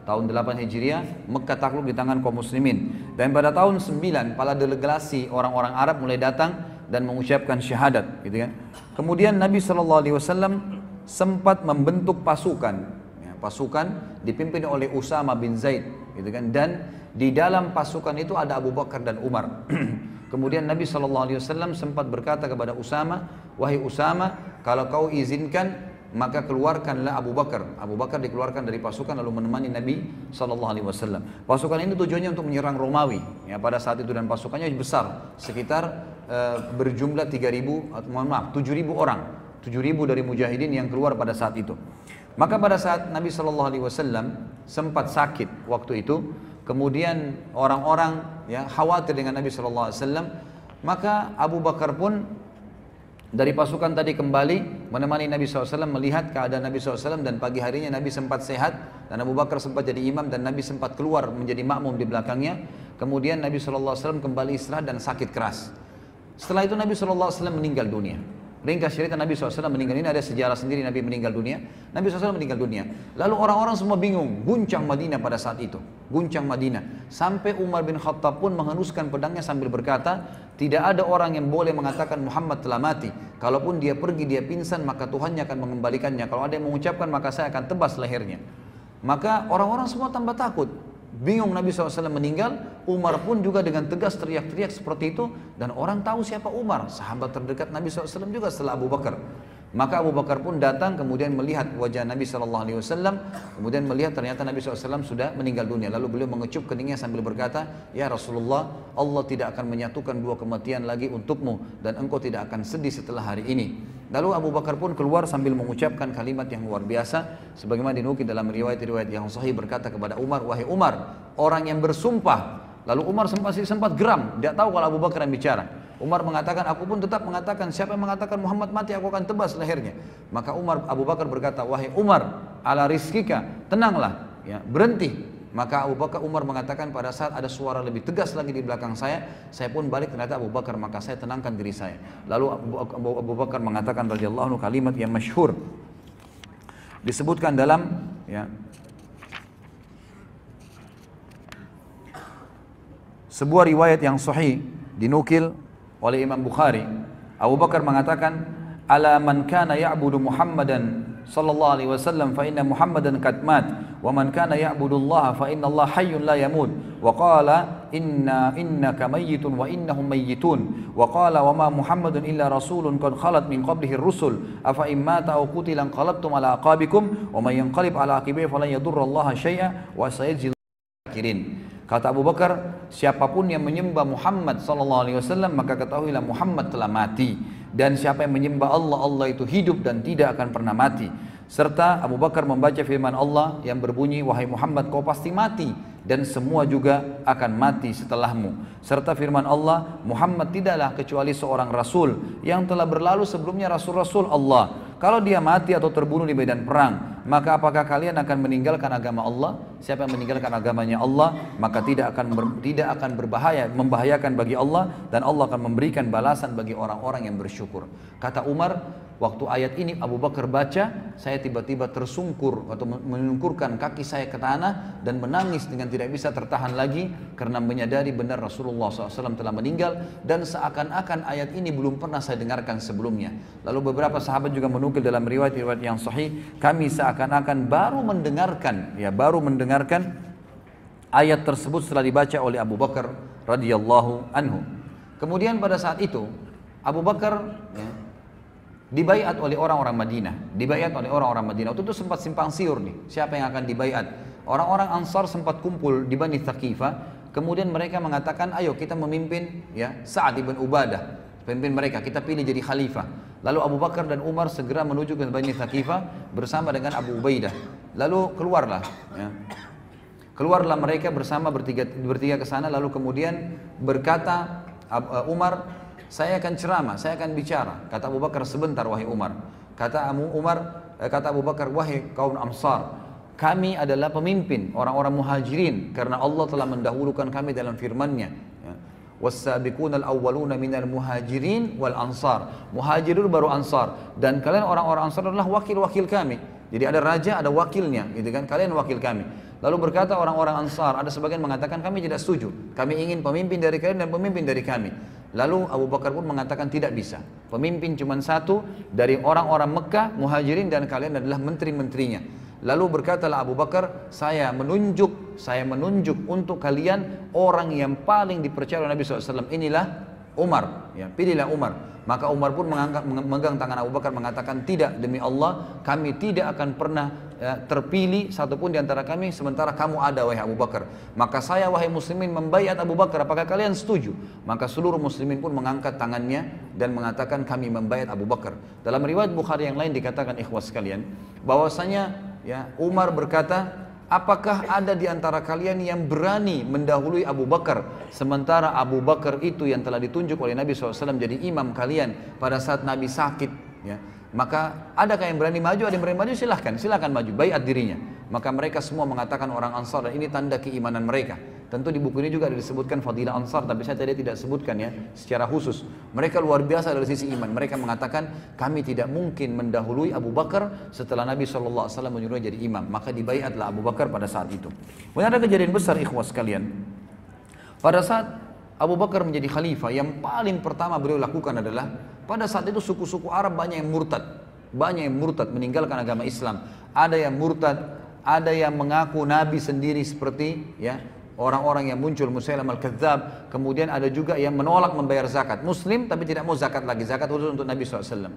Mekah takluk di tangan kaum muslimin. Dan pada tahun 9, para delegasi orang-orang Arab mulai datang dan mengucapkan syahadat, gitu kan. Kemudian Nabi SAW sempat membentuk pasukan, ya, pasukan dipimpin oleh Usama bin Zaid, gitu kan. Dan di dalam pasukan itu ada Abu Bakar dan Umar. Kemudian Nabi SAW sempat berkata kepada Usama, wahai Usama, kalau kau izinkan, maka keluarkanlah Abu Bakar. Abu Bakar dikeluarkan dari pasukan lalu menemani Nabi SAW. Pasukan ini tujuannya untuk menyerang Romawi, ya, pada saat itu, dan pasukannya besar, sekitar berjumlah 7.000 orang, 7.000 dari mujahidin yang keluar pada saat itu. Maka pada saat Nabi SAW sempat sakit waktu itu, kemudian orang-orang, ya, khawatir dengan Nabi SAW, maka Abu Bakar pun dari pasukan tadi kembali menemani Nabi SAW, melihat keadaan Nabi SAW, dan pagi harinya Nabi sempat sehat dan Abu Bakar sempat jadi imam dan Nabi sempat keluar menjadi makmum di belakangnya. Kemudian Nabi SAW kembali istirahat dan sakit keras. Setelah itu Nabi SAW meninggal dunia. Ringkas cerita, Nabi SAW meninggal, ini ada sejarah sendiri Nabi meninggal dunia. Nabi SAW meninggal dunia. Lalu orang-orang semua bingung, guncang Madinah pada saat itu. Guncang Madinah. Sampai Umar bin Khattab pun menghenuskan pedangnya sambil berkata, tidak ada orang yang boleh mengatakan Muhammad telah mati. Kalaupun dia pergi, dia pingsan, maka Tuhannya akan mengembalikannya. Kalau ada yang mengucapkan, maka saya akan tebas lehernya. Maka orang-orang semua tambah takut. Bingung Nabi SAW meninggal, Umar pun juga dengan tegas teriak-teriak seperti itu, dan orang tahu siapa Umar, sahabat terdekat Nabi SAW juga setelah Abu Bakar. Maka Abu Bakar pun datang kemudian melihat wajah Nabi SAW, kemudian melihat ternyata Nabi SAW sudah meninggal dunia. Lalu beliau mengecup keningnya sambil berkata, "Ya Rasulullah, Allah tidak akan menyatukan dua kematian lagi untukmu dan engkau tidak akan sedih setelah hari ini." Lalu Abu Bakar pun keluar sambil mengucapkan kalimat yang luar biasa, sebagaimana dinukil dalam riwayat-riwayat yang sahih, berkata kepada Umar, "Wahai Umar, orang yang bersumpah." Lalu Umar sempat geram, tidak tahu kalau Abu Bakar yang bicara. Umar mengatakan, "Aku pun tetap mengatakan, siapa yang mengatakan Muhammad mati, aku akan tebas lehernya." Maka Abu Bakar berkata, "Wahai Umar, ala rizkika, tenanglah, ya, berhenti." Maka Umar mengatakan, pada saat ada suara lebih tegas lagi di belakang saya pun balik, ternyata Abu Bakar, maka saya tenangkan diri saya. Lalu Abu Bakar mengatakan radhiyallahu anhu kalimat yang masyhur, disebutkan dalam, ya, sebuah riwayat yang sahih dinukil oleh Imam Bukhari. Abu Bakar mengatakan, "Ala man kana ya'budu Muhammadan sallallahu alaihi wasallam fa inna Muhammadan qad mat wa man kana ya'budu Allah fa inna Allah hayyun la yamut wa qala innaka mayyitun wa innahum mayyitun wa qala wa ma Muhammadun illa rasulun qad khalat min qablihi ar-rusul afa in mata aw qutila qalabtum ala aqabikum wa man yanqalib ala aqibihi falan yadurra Allah syai'a wa sayajzil kafirin." Kata Abu Bakar, siapapun yang menyembah Muhammad SAW, maka ketahuilah Muhammad telah mati. Dan siapa yang menyembah Allah, Allah itu hidup dan tidak akan pernah mati. Serta Abu Bakar membaca firman Allah yang berbunyi, "Wahai Muhammad, kau pasti mati dan semua juga akan mati setelahmu." Serta firman Allah, "Muhammad tidaklah kecuali seorang rasul yang telah berlalu sebelumnya rasul-rasul Allah. Kalau dia mati atau terbunuh di medan perang, maka apakah kalian akan meninggalkan agama Allah? Siapa yang meninggalkan agamanya Allah, maka tidak akan membahayakan bagi Allah, dan Allah akan memberikan balasan bagi orang-orang yang bersyukur." Kata Umar, waktu ayat ini Abu Bakar baca, saya tiba-tiba tersungkur atau menungkurkan kaki saya ke tanah dan menangis dengan tidak bisa tertahan lagi karena menyadari benar Rasulullah SAW telah meninggal, dan seakan-akan ayat ini belum pernah saya dengarkan sebelumnya. Lalu beberapa sahabat juga menukil dalam riwayat-riwayat yang sahih, kami seakan-akan baru mendengarkan ayat tersebut setelah dibaca oleh Abu Bakar radhiyallahu anhu. Kemudian pada saat itu Abu Bakar, ya, dibaiat oleh orang-orang Madinah. Waktu itu sempat simpang siur nih, siapa yang akan dibaiat. Orang-orang Ansar sempat kumpul di Bani Thaqifah. Kemudian mereka mengatakan, "Ayo kita memimpin, ya, Sa'ad ibn Ubadah, pemimpin mereka, kita pilih jadi khalifah." Lalu Abu Bakar dan Umar segera menuju ke Bani Thaqifah bersama dengan Abu Ubaidah. Lalu keluarlah mereka bersama bertiga ke sana. Lalu kemudian berkata Umar, "Saya akan ceramah, saya akan bicara." Kata Abu Bakar, "Sebentar wahai Umar." Kata Abu Bakar, "Wahai kaum Ansar, kami adalah pemimpin orang-orang muhajirin karena Allah telah mendahulukan kami dalam firman-Nya. Was-sabiquna al-awwaluna minal muhajirin wal ansar." Muhajirun baru ansar, dan kalian orang-orang ansar adalah wakil-wakil kami. Jadi ada raja, ada wakilnya, gitu kan? Kalian wakil kami. Lalu berkata orang-orang ansar, ada sebagian mengatakan kami tidak setuju. Kami ingin pemimpin dari kalian dan pemimpin dari kami. Lalu Abu Bakar pun mengatakan tidak bisa. Pemimpin cuma satu dari orang-orang Mekah, muhajirin, dan kalian adalah menteri-menterinya. Lalu berkatalah Abu Bakar, saya menunjuk untuk kalian orang yang paling dipercaya oleh Nabi SAW. Inilah Umar, ya, pilihlah Umar. Maka Umar pun memegang tangan Abu Bakar mengatakan, "Tidak, demi Allah kami tidak akan pernah terpilih satupun di antara kami sementara kamu ada, wahai Abu Bakar. Maka saya, wahai muslimin, membaiat Abu Bakar, apakah kalian setuju?" Maka seluruh muslimin pun mengangkat tangannya dan mengatakan, "Kami membaiat Abu Bakar." Dalam riwayat Bukhari yang lain dikatakan, ikhwas sekalian, bahwasanya, ya, Umar berkata, "Apakah ada di antara kalian yang berani mendahului Abu Bakar, sementara Abu Bakar itu yang telah ditunjuk oleh Nabi SAW jadi imam kalian pada saat Nabi sakit, ya. Maka adakah yang berani maju? Ada yang berani maju? Silahkan maju, baiat dirinya." Maka mereka semua mengatakan orang Ansar, dan ini tanda keimanan mereka. Tentu di buku ini juga ada disebutkan fadilah Ansar, tapi saya tadi tidak sebutkan, ya, secara khusus. Mereka luar biasa dari sisi iman. Mereka mengatakan, kami tidak mungkin mendahului Abu Bakar setelah Nabi SAW menyuruh jadi imam. Maka dibaiatlah Abu Bakar pada saat itu. Kemudian ada kejadian besar, ikhwas sekalian. Pada saat Abu Bakar menjadi khalifah, yang paling pertama beliau lakukan adalah, pada saat itu suku-suku Arab banyak yang murtad, meninggalkan agama Islam. Ada yang murtad, ada yang mengaku nabi sendiri seperti, ya, orang-orang yang muncul Musailam al-Kadzab. Kemudian ada juga yang menolak membayar zakat, muslim tapi tidak mau zakat lagi, zakat khusus untuk Nabi SAW.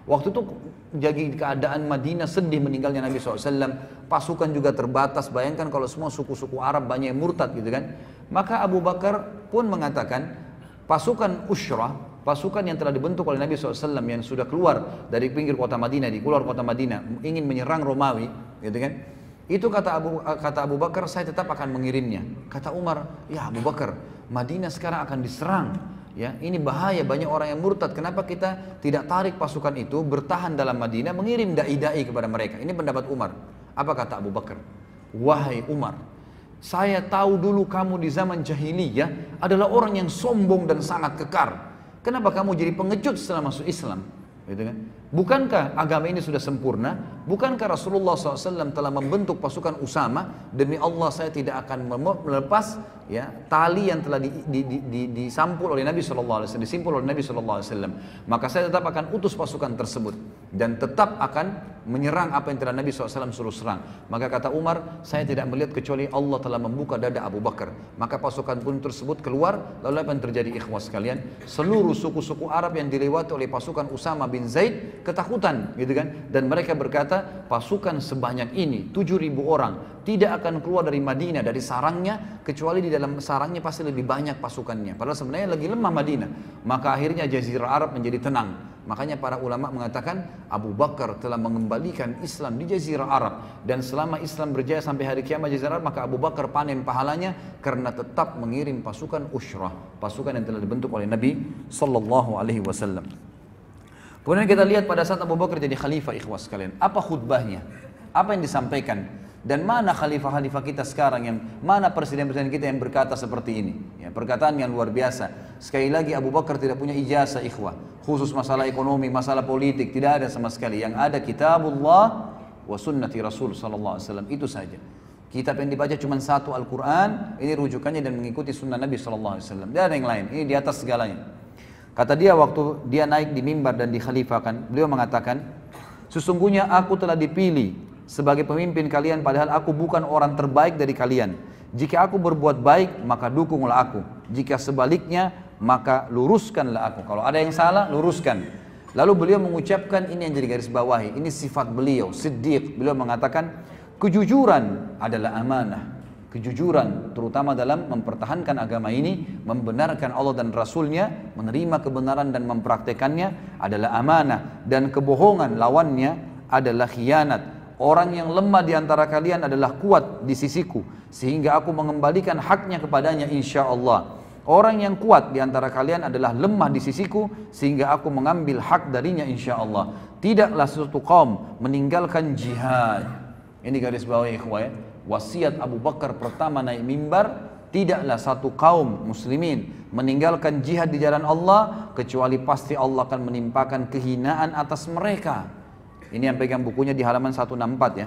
Waktu itu jadi keadaan Madinah sedih meninggalnya Nabi SAW, pasukan juga terbatas, bayangkan kalau semua suku-suku Arab banyak yang murtad gitu kan. Maka Abu Bakar pun mengatakan, pasukan Ushrah, pasukan yang telah dibentuk oleh Nabi SAW yang sudah keluar dari pinggir kota Madinah, di keluar kota Madinah, ingin menyerang Romawi gitu kan. Itu kata Abu Bakar, saya tetap akan mengirimnya. Kata Umar, ya Abu Bakar, Madinah sekarang akan diserang. Ya, ini bahaya, banyak orang yang murtad. Kenapa kita tidak tarik pasukan itu, bertahan dalam Madinah, mengirim dai-dai kepada mereka? Ini pendapat Umar. Apa kata Abu Bakar? Wahai Umar, saya tahu dulu kamu di zaman jahiliyah adalah orang yang sombong dan sangat kekar. Kenapa kamu jadi pengecut setelah masuk Islam? Gitu kan? Bukankah agama ini sudah sempurna? Bukankah Rasulullah SAW telah membentuk pasukan Usama? Demi Allah saya tidak akan melepas ya tali yang telah disampul oleh Nabi SAW, disimpul oleh Nabi SAW. Maka saya tetap akan utus pasukan tersebut dan tetap akan menyerang apa yang telah Nabi SAW suruh serang. Maka kata Umar, saya tidak melihat kecuali Allah telah membuka dada Abu Bakar. Maka pasukan pun tersebut keluar. Lalu apa yang terjadi ikhwas sekalian? Seluruh suku-suku Arab yang dilewati oleh pasukan Usama bin Zaid ketakutan gitu kan, dan mereka berkata, pasukan sebanyak ini 7.000 orang tidak akan keluar dari Madinah, dari sarangnya, kecuali di dalam sarangnya pasti lebih banyak pasukannya, padahal sebenarnya lagi lemah Madinah. Maka akhirnya Jazirah Arab menjadi tenang. Makanya para ulama mengatakan Abu Bakar telah mengembalikan Islam di Jazirah Arab, dan selama Islam berjaya sampai hari kiamat Jazirah Arab, maka Abu Bakar panen pahalanya karena tetap mengirim pasukan Ushrah, pasukan yang telah dibentuk oleh Nabi Sallallahu Alaihi Wasallam. Kemudian kita lihat pada saat Abu Bakar jadi khalifah, ikhwas sekalian, apa khutbahnya, apa yang disampaikan, dan mana khalifah-khalifah kita sekarang, yang mana presiden-presiden kita yang berkata seperti ini, ya, perkataan yang luar biasa. Sekali lagi Abu Bakar tidak punya ijazah ikhwah, khusus masalah ekonomi, masalah politik, tidak ada sama sekali. Yang ada kitabullah wa sunnati Rasul Sallallahu Alaihi Wasallam, itu saja. Kitab yang dibaca cuma satu, Al-Quran, ini rujukannya dan mengikuti sunnah Nabi Sallallahu Alaihi Wasallam. Tidak ada yang lain, ini di atas segalanya. Kata dia waktu dia naik di mimbar dan dikhalifahkan, beliau mengatakan, sesungguhnya aku telah dipilih sebagai pemimpin kalian padahal aku bukan orang terbaik dari kalian. Jika aku berbuat baik, maka dukunglah aku. Jika sebaliknya, maka luruskanlah aku. Kalau ada yang salah, luruskan. Lalu beliau mengucapkan, ini yang jadi garis bawahi, ini sifat beliau, Siddiq. Beliau mengatakan, kejujuran adalah amanah. Kejujuran terutama dalam mempertahankan agama ini, membenarkan Allah dan Rasulnya, menerima kebenaran dan mempraktekannya adalah amanah, dan kebohongan lawannya adalah khianat. Orang yang lemah di antara kalian adalah kuat di sisiku, sehingga aku mengembalikan haknya kepadanya insya Allah. Orang yang kuat di antara kalian adalah lemah di sisiku, sehingga aku mengambil hak darinya insya Allah. Tidaklah suatu kaum meninggalkan jihad. Ini garis bawah ikhwah ya. Wasiat Abu Bakar pertama naik mimbar, tidaklah satu kaum muslimin meninggalkan jihad di jalan Allah, kecuali pasti Allah akan menimpakan kehinaan atas mereka. Ini yang pegang bukunya di halaman 164 ya.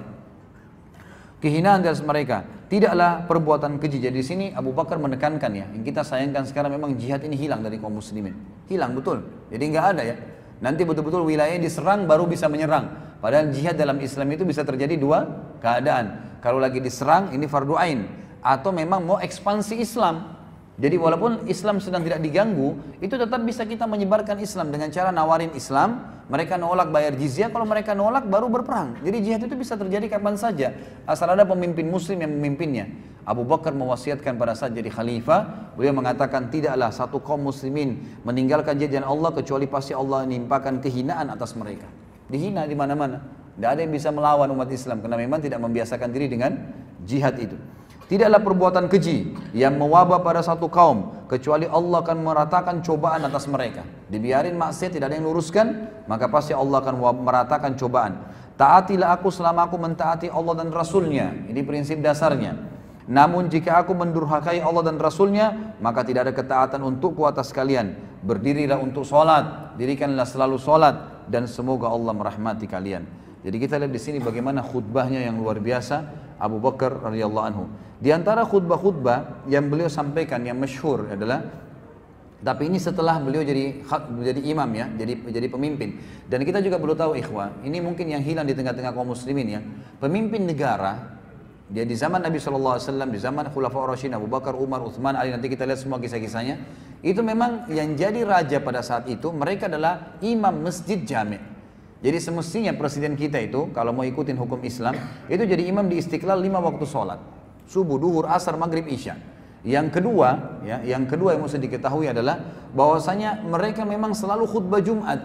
Kehinaan atas mereka, tidaklah perbuatan keji. Jadi di sini Abu Bakar menekankan ya, yang kita sayangkan sekarang memang jihad ini hilang dari kaum muslimin. Hilang betul, jadi nggak ada ya. Nanti betul-betul wilayahnya diserang baru bisa menyerang. Padahal jihad dalam Islam itu bisa terjadi dua keadaan. Kalau lagi diserang, ini fardu ain, atau memang mau ekspansi Islam. Jadi walaupun Islam sedang tidak diganggu, itu tetap bisa kita menyebarkan Islam dengan cara nawarin Islam. Mereka nolak bayar jizyah, kalau mereka nolak baru berperang. Jadi jihad itu bisa terjadi kapan saja, asal ada pemimpin muslim yang memimpinnya. Abu Bakar mewasiatkan pada saat jadi khalifah, beliau mengatakan tidaklah satu kaum muslimin meninggalkan jihad Allah kecuali pasti Allah menimpakan kehinaan atas mereka. Dihina di mana-mana. Tidak ada yang bisa melawan umat Islam karena memang tidak membiasakan diri dengan jihad itu. Tidaklah perbuatan keji yang mewabah pada satu kaum kecuali Allah akan meratakan cobaan atas mereka. Dibiarin maksiat tidak ada yang luruskan, maka pasti Allah akan meratakan cobaan. Taatilah aku selama aku mentaati Allah dan Rasulnya. Ini prinsip dasarnya. Namun jika aku mendurhakai Allah dan Rasulnya, maka tidak ada ketaatan untukku atas kalian. Berdirilah untuk sholat, dirikanlah selalu sholat, dan semoga Allah merahmati kalian. Jadi kita lihat di sini bagaimana khutbahnya yang luar biasa Abu Bakar radhiyallahu anhu. Di antara khutbah-khutbah yang beliau sampaikan yang masyhur adalah, tapi ini setelah beliau jadi imam ya, jadi pemimpin. Dan kita juga perlu tahu ikhwah, ini mungkin yang hilang di tengah-tengah kaum muslimin ya. Pemimpin negara dia di zaman Nabi SAW, di zaman Khulafaur Rasyidin Abu Bakar, Umar, Utsman, Ali, nanti kita lihat semua kisah-kisahnya. Itu memang yang jadi raja pada saat itu mereka adalah imam masjid jami'. Jadi semestinya presiden kita itu kalau mau ikutin hukum Islam itu jadi imam di Istiqlal 5 waktu sholat, subuh, duhur, asar, maghrib, isya. Yang kedua, yang mesti diketahui adalah bahwasanya mereka memang selalu khutbah Jumat.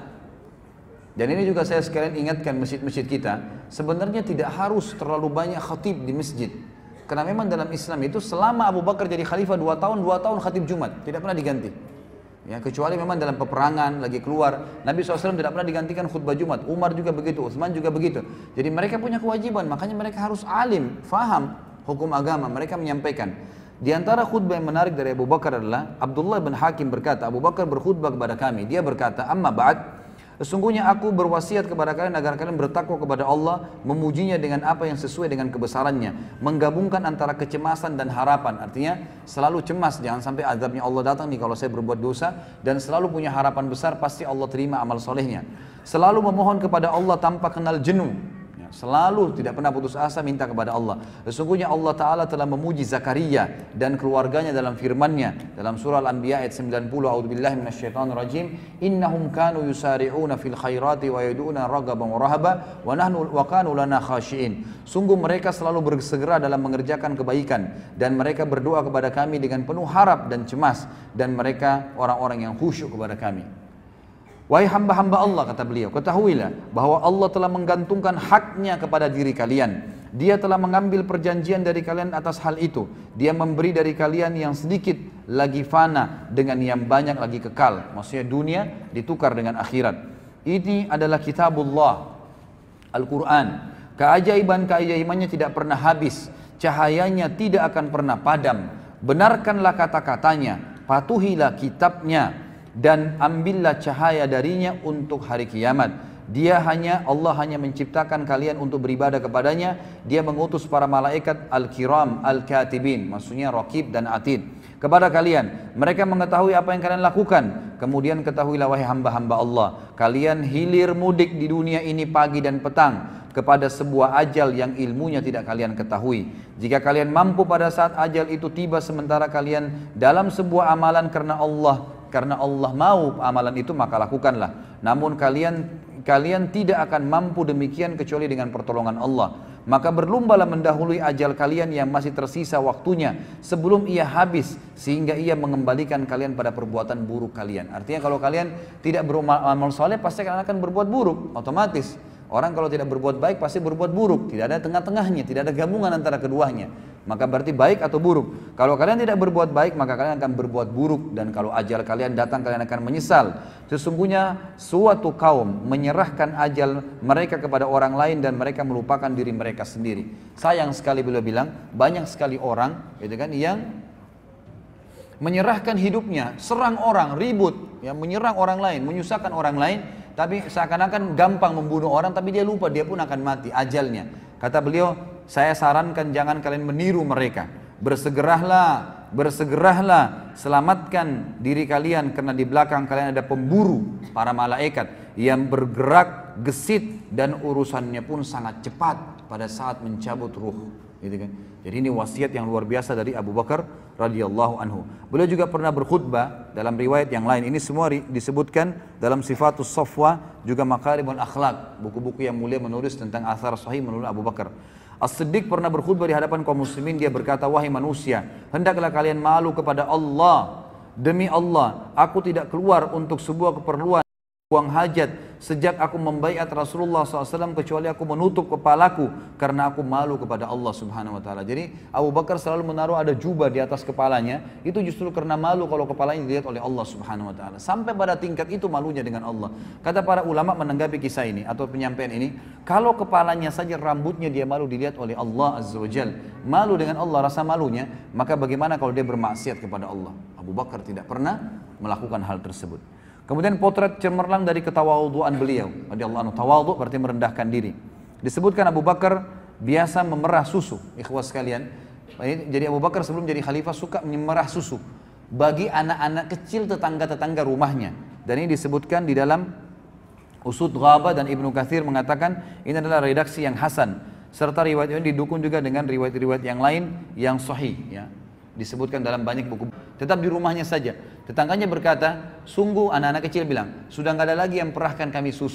Dan ini juga saya sekalian ingatkan masjid-masjid kita, sebenarnya tidak harus terlalu banyak khatib di masjid. Karena memang dalam Islam itu selama Abu Bakar jadi khalifah 2 tahun khatib Jumat, tidak pernah diganti. Ya, kecuali memang dalam peperangan lagi keluar, Nabi SAW tidak pernah digantikan khutbah Jumat. Umar juga begitu, Utsman juga begitu. Jadi mereka punya kewajiban, makanya mereka harus alim, faham hukum agama, mereka menyampaikan. Di antara khutbah yang menarik dari Abu Bakar adalah Abdullah bin Hakim berkata, Abu Bakar berkhutbah kepada kami, dia berkata, amma ba'd, sesungguhnya aku berwasiat kepada kalian agar kalian bertakwa kepada Allah, memujinya dengan apa yang sesuai dengan kebesarannya, menggabungkan antara kecemasan dan harapan. Artinya selalu cemas, jangan sampai azabnya Allah datang nih kalau saya berbuat dosa, dan selalu punya harapan besar, pasti Allah terima amal solehnya. Selalu memohon kepada Allah tanpa kenal jenuh. Selalu tidak pernah putus asa minta kepada Allah. Sesungguhnya Allah Ta'ala telah memuji Zakaria dan keluarganya dalam firman-Nya dalam surah Al-Anbiya ayat 90, a'udzubillahi minasyaitonirrajim, innahum kanu yusari'una fil khairati wa yad'una raghaban wa rahaba wa kanu lana khashi'in. Sungguh mereka selalu bersegera dalam mengerjakan kebaikan dan mereka berdoa kepada kami dengan penuh harap dan cemas, dan mereka orang-orang yang khusyuk kepada kami. Wahai hamba-hamba Allah, kata beliau, ketahuilah bahwa Allah telah menggantungkan haknya kepada diri kalian. Dia telah mengambil perjanjian dari kalian atas hal itu. Dia memberi dari kalian yang sedikit lagi fana dengan yang banyak lagi kekal. Maksudnya dunia ditukar dengan akhirat. Ini adalah kitabullah, Al-Quran. Keajaiban-keajaibannya tidak pernah habis. Cahayanya tidak akan pernah padam. Benarkanlah kata-katanya, patuhilah kitabnya, dan ambillah cahaya darinya untuk hari kiamat. Allah hanya menciptakan kalian untuk beribadah kepadanya. Dia mengutus para malaikat al-kiram al-katibin, maksudnya raqib dan atid, kepada kalian. Mereka mengetahui apa yang kalian lakukan. Kemudian ketahuilah wahai hamba-hamba Allah, kalian hilir mudik di dunia ini pagi dan petang kepada sebuah ajal yang ilmunya tidak kalian ketahui. Jika kalian mampu pada saat ajal itu tiba sementara kalian dalam sebuah amalan karena Allah mau amalan itu, maka lakukanlah. Namun kalian tidak akan mampu demikian kecuali dengan pertolongan Allah. Maka berlombalah mendahului ajal kalian yang masih tersisa waktunya sebelum ia habis, sehingga ia mengembalikan kalian pada perbuatan buruk kalian. Artinya kalau kalian tidak beramal soleh, pasti kalian akan berbuat buruk, otomatis. Orang kalau tidak berbuat baik pasti berbuat buruk, tidak ada tengah-tengahnya, tidak ada gabungan antara keduanya. Maka berarti baik atau buruk. Kalau kalian tidak berbuat baik, maka kalian akan berbuat buruk, dan kalau ajal kalian datang, kalian akan menyesal. Sesungguhnya suatu kaum menyerahkan ajal mereka kepada orang lain dan mereka melupakan diri mereka sendiri. Sayang sekali beliau bilang, banyak sekali orang gitu kan, yang menyerahkan hidupnya, serang orang, ribut, yang menyerang orang lain, menyusahkan orang lain, tapi seakan-akan gampang membunuh orang, tapi dia lupa dia pun akan mati ajalnya. Kata beliau, saya sarankan jangan kalian meniru mereka. Bersegeralah, selamatkan diri kalian, karena di belakang kalian ada pemburu, para malaikat yang bergerak gesit dan urusannya pun sangat cepat pada saat mencabut ruh. Gitu kan? Jadi ini wasiat yang luar biasa dari Abu Bakar radhiyallahu anhu. Beliau juga pernah berkhutbah dalam riwayat yang lain. Ini semua disebutkan dalam Sifatus Safwa, juga Makarimul Akhlaq, buku-buku yang mulia menulis tentang athar sahih menurut Abu Bakar. As-Siddiq pernah berkhutbah di hadapan kaum muslimin. Dia berkata, wahai manusia, hendaklah kalian malu kepada Allah. Demi Allah, aku tidak keluar untuk sebuah keperluan, buang hajat sejak aku membaiat Rasulullah SAW, kecuali aku menutup kepalaku karena aku malu kepada Allah Subhanahu Wa Taala. Jadi Abu Bakar selalu menaruh ada jubah di atas kepalanya, itu justru karena malu kalau kepalanya dilihat oleh Allah Subhanahu Wa Taala. Sampai pada tingkat itu malunya dengan Allah. Kata para ulama menanggapi kisah ini atau penyampaian ini, kalau kepalanya saja, rambutnya dia malu dilihat oleh Allah Azza wa Jal, malu dengan Allah rasa malunya, maka bagaimana kalau dia bermaksiat kepada Allah? Abu Bakar tidak pernah melakukan hal tersebut. Kemudian potret cemerlang dari ketawaduan beliau radhiyallahu anhu. Tawadhu berarti merendahkan diri. Disebutkan Abu Bakar biasa memerah susu, ikhwas sekalian. Jadi Abu Bakar sebelum jadi khalifah suka memerah susu bagi anak-anak kecil tetangga-tetangga rumahnya. Dan ini disebutkan di dalam Usud Ghabah, dan Ibnu Katsir mengatakan ini adalah redaksi yang hasan, serta riwayat ini didukung juga dengan riwayat-riwayat yang lain yang sahih, ya. Disebutkan dalam banyak buku. Tetap di rumahnya saja. Tetangganya berkata, sungguh anak-anak kecil bilang, sudah nggak ada lagi yang perahkan kami susu.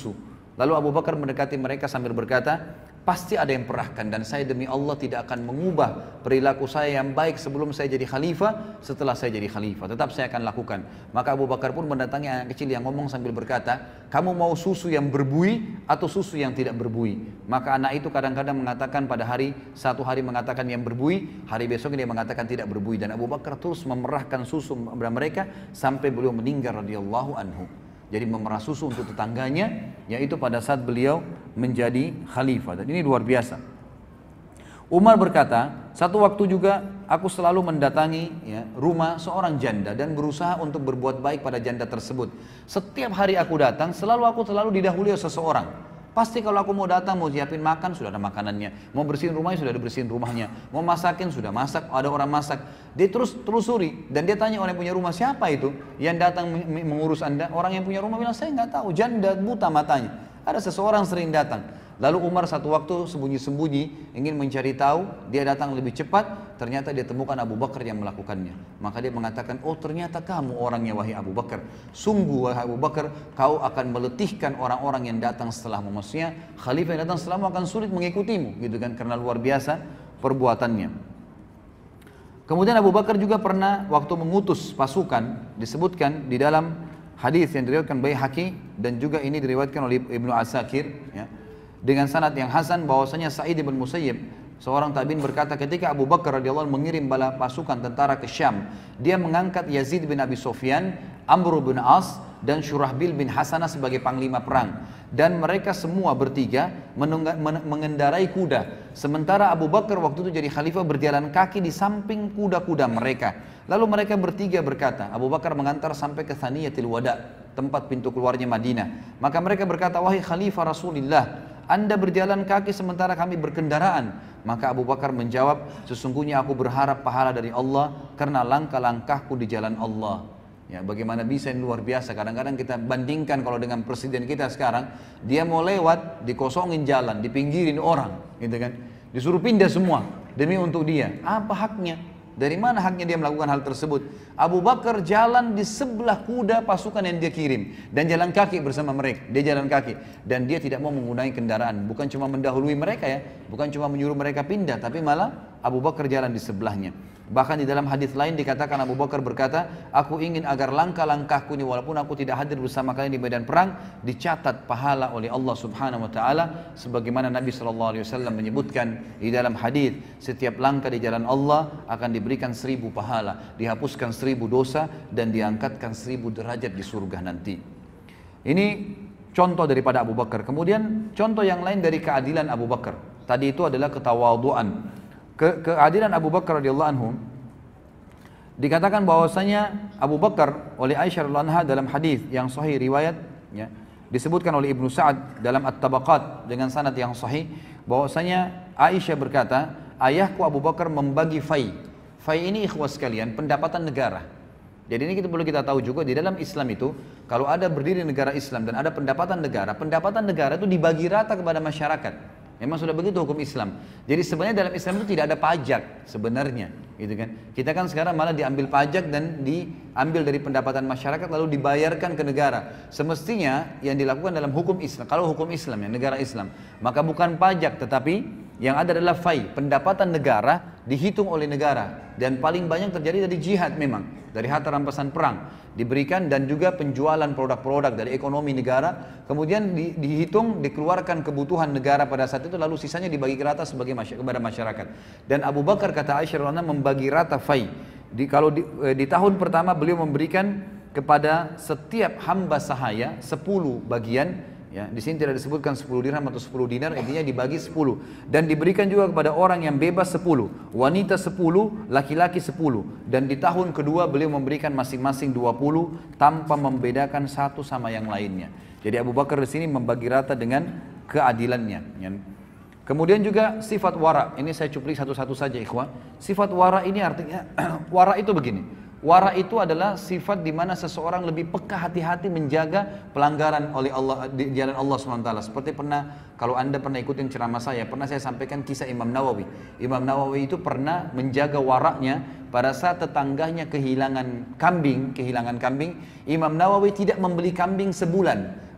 Lalu Abu Bakar mendekati mereka sambil berkata, pasti ada yang perahkan dan saya demi Allah tidak akan mengubah perilaku saya yang baik sebelum saya jadi khalifah, setelah saya jadi khalifah tetap saya akan lakukan. Maka Abu Bakar pun mendatangi anak kecil yang ngomong sambil berkata, kamu mau susu yang berbuih atau susu yang tidak berbuih? Maka anak itu kadang-kadang mengatakan pada satu hari mengatakan yang berbuih, hari besoknya dia mengatakan tidak berbuih, dan Abu Bakar terus memerahkan susu kepada mereka sampai beliau meninggal radhiyallahu anhu. Jadi memerah susu untuk tetangganya, yaitu pada saat beliau menjadi khalifah. Dan ini luar biasa. Umar berkata, satu waktu juga aku selalu mendatangi rumah seorang janda dan berusaha untuk berbuat baik pada janda tersebut. Setiap hari aku datang, aku selalu didahului oleh seseorang. Pasti kalau aku mau datang, mau siapin makan, sudah ada makanannya. Mau bersihin rumahnya, sudah ada bersihin rumahnya. Mau masakin, sudah masak, ada orang masak. Dia terus telusuri, dan dia tanya orang yang punya rumah, siapa itu yang datang mengurus anda? Orang yang punya rumah bilang, saya nggak tahu, janda buta matanya. Ada seseorang sering datang. Lalu Umar satu waktu sembunyi-sembunyi ingin mencari tahu, dia datang lebih cepat, ternyata dia temukan Abu Bakar yang melakukannya. Maka dia mengatakan, oh ternyata kamu orangnya wahai Abu Bakar. Sungguh wahai Abu Bakar, kau akan meletihkan orang-orang yang datang setelahmu. Maksudnya khalifah yang datang setelahmu akan sulit mengikutimu, gitu kan, karena luar biasa perbuatannya. Kemudian Abu Bakar juga pernah waktu mengutus pasukan, disebutkan di dalam hadis yang diriwayatkan Baihaqi dan juga ini diriwayatkan oleh Ibnu Asakir, ya, dengan sanad yang hasan bahwasanya Sa'id bin Musayyib seorang tabi'in berkata ketika Abu Bakar radhiyallahu anhu mengirim bala pasukan tentara ke Syam, dia mengangkat Yazid bin Abi Sufyan, Amr bin As dan Syurahbil bin Hasanah sebagai panglima perang, dan mereka semua bertiga mengendarai kuda, sementara Abu Bakar waktu itu jadi khalifah berjalan kaki di samping kuda-kuda mereka. Lalu mereka bertiga berkata, Abu Bakar mengantar sampai ke Thaniyatil Wada, tempat pintu keluarnya Madinah. Maka mereka berkata, wahai khalifah Rasulullah, anda berjalan kaki sementara kami berkendaraan. Maka Abu Bakar menjawab, sesungguhnya aku berharap pahala dari Allah karena langkah-langkahku di jalan Allah. Ya, bagaimana bisa, ini luar biasa. Kadang-kadang kita bandingkan kalau dengan presiden kita sekarang, dia mau lewat, dikosongin jalan, dipinggirin orang, gitu kan? Disuruh pindah semua demi untuk dia. Apa haknya? Dari mana haknya dia melakukan hal tersebut? Abu Bakar jalan di sebelah kuda pasukan yang dia kirim dan jalan kaki bersama mereka. Dia jalan kaki dan dia tidak mau menggunakan kendaraan. Bukan cuma mendahului mereka ya, bukan cuma menyuruh mereka pindah, tapi malah Abu Bakar jalan di sebelahnya. Bahkan di dalam hadis lain dikatakan Abu Bakar berkata, aku ingin agar langkah-langkahku ini walaupun aku tidak hadir bersama kalian di medan perang, dicatat pahala oleh Allah Subhanahu wa taala, sebagaimana Nabi sallallahu alaihi wasallam menyebutkan di dalam hadis, setiap langkah di jalan Allah akan diberikan 1000 pahala, dihapuskan 1000 dosa dan diangkatkan 1000 derajat di surga nanti. Ini contoh daripada Abu Bakar. Kemudian contoh yang lain dari keadilan Abu Bakar. Tadi itu adalah ketawaduan. Keadilan Abu Bakar radhiyallahu anhu dikatakan bahwasanya Abu Bakar oleh Aisyah radhiyallahu anha dalam hadis yang sahih riwayat, ya, disebutkan oleh Ibnu Sa'ad dalam At-Tabaqat dengan sanad yang sahih bahwasanya Aisyah berkata, ayahku Abu Bakar membagi fai. Fai ini ikhwas sekalian, pendapatan negara. Jadi ini perlu kita tahu juga di dalam Islam itu, kalau ada berdiri negara Islam dan ada pendapatan negara itu dibagi rata kepada masyarakat. Memang sudah begitu hukum Islam. Jadi sebenarnya dalam Islam itu tidak ada pajak sebenarnya, gitu kan? Kita kan sekarang malah diambil pajak dan diambil dari pendapatan masyarakat lalu dibayarkan ke negara. Semestinya yang dilakukan dalam hukum Islam, kalau hukum Islam ya negara Islam, maka bukan pajak tetapi yang ada adalah fai, pendapatan negara dihitung oleh negara dan paling banyak terjadi dari jihad memang, dari harta rampasan perang diberikan dan juga penjualan produk-produk dari ekonomi negara, kemudian dihitung, dikeluarkan kebutuhan negara pada saat itu, lalu sisanya dibagi rata kepada masyarakat. Dan Abu Bakar kata Aisyah radhiyallahu anha membagi rata fai. Kalau di tahun pertama beliau memberikan kepada setiap hamba sahaya 10 bagian. Ya, di sini tidak disebutkan 10 dirham atau 10 dinar, intinya dibagi 10 dan diberikan juga kepada orang yang bebas 10, wanita 10, laki-laki 10, dan di tahun kedua beliau memberikan masing-masing 20 tanpa membedakan satu sama yang lainnya. Jadi Abu Bakar di sini membagi rata dengan keadilannya. Ya. Kemudian juga sifat wara, ini saya cuplik satu-satu saja ikhwah. Sifat wara ini artinya wara itu begini. Wara itu adalah sifat di mana seseorang lebih peka hati-hati menjaga pelanggaran oleh Allah di jalan Allah SWT. Seperti kalau anda pernah ikutin ceramah saya, pernah saya sampaikan kisah Imam Nawawi. Imam Nawawi itu pernah menjaga waraknya pada saat tetangganya kehilangan kambing. Imam Nawawi tidak membeli kambing sebulan.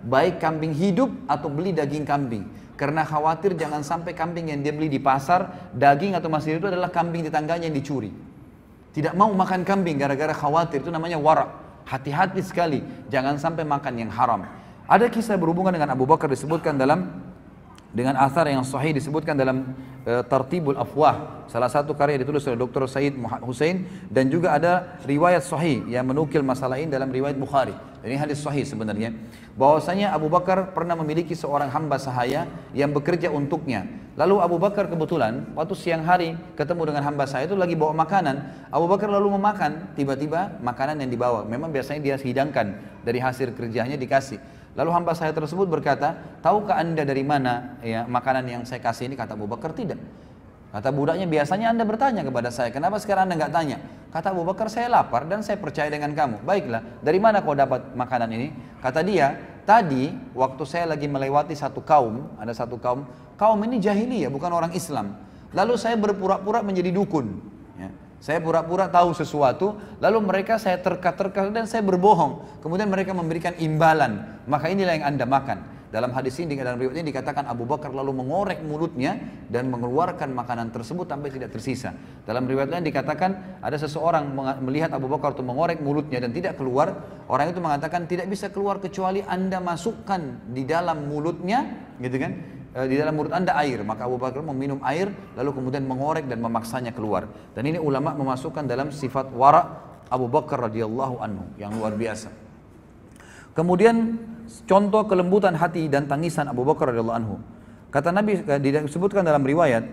baik kambing hidup atau beli daging kambing. Karena khawatir jangan sampai kambing yang dia beli di pasar, daging atau masih itu adalah kambing tetangganya yang dicuri. Tidak mau makan kambing gara-gara khawatir, itu namanya wara'. Hati-hati sekali, jangan sampai makan yang haram. Ada kisah berhubungan dengan Abu Bakar disebutkan dengan athar yang sahih disebutkan dalam Tartibul Afwah, salah satu karya ditulis oleh Dr. Said Hussein, dan juga ada riwayat sahih yang menukil masalah ini dalam riwayat Bukhari. Ini hadis sahih sebenarnya, bahwasanya Abu Bakar pernah memiliki seorang hamba sahaya yang bekerja untuknya. Lalu Abu Bakar kebetulan waktu siang hari ketemu dengan hamba sahaya itu lagi bawa makanan. Abu Bakar lalu memakan, tiba-tiba makanan yang dibawa, memang biasanya dia hidangkan dari hasil kerjanya dikasih. Lalu hamba saya tersebut berkata, tahukah anda dari mana ya makanan yang saya kasih ini? Kata Abu Bakar, tidak. Kata budaknya, biasanya anda bertanya kepada saya, kenapa sekarang anda nggak tanya? Kata Abu Bakar, saya lapar dan saya percaya dengan kamu. Baiklah, dari mana kau dapat makanan ini? Kata dia, tadi waktu saya lagi melewati satu kaum, ada satu kaum ini jahiliyah, bukan orang Islam. Lalu saya berpura-pura menjadi dukun. Saya pura-pura tahu sesuatu, lalu mereka saya terka-terka dan saya berbohong. Kemudian mereka memberikan imbalan, maka inilah yang anda makan. Dalam hadis ini, dalam riwayat ini dikatakan Abu Bakar lalu mengorek mulutnya dan mengeluarkan makanan tersebut sampai tidak tersisa. Dalam riwayat lain dikatakan ada seseorang melihat Abu Bakar itu mengorek mulutnya dan tidak keluar. Orang itu mengatakan tidak bisa keluar kecuali anda masukkan di dalam mulutnya, gitu kan? Di dalam mulut anda air. Maka Abu Bakar meminum air lalu kemudian mengorek dan memaksanya keluar. Dan ini ulama memasukkan dalam sifat wara' Abu Bakar radhiyallahu anhu yang luar biasa. Kemudian contoh kelembutan hati dan tangisan Abu Bakar radhiyallahu anhu. Kata Nabi, disebutkan dalam riwayat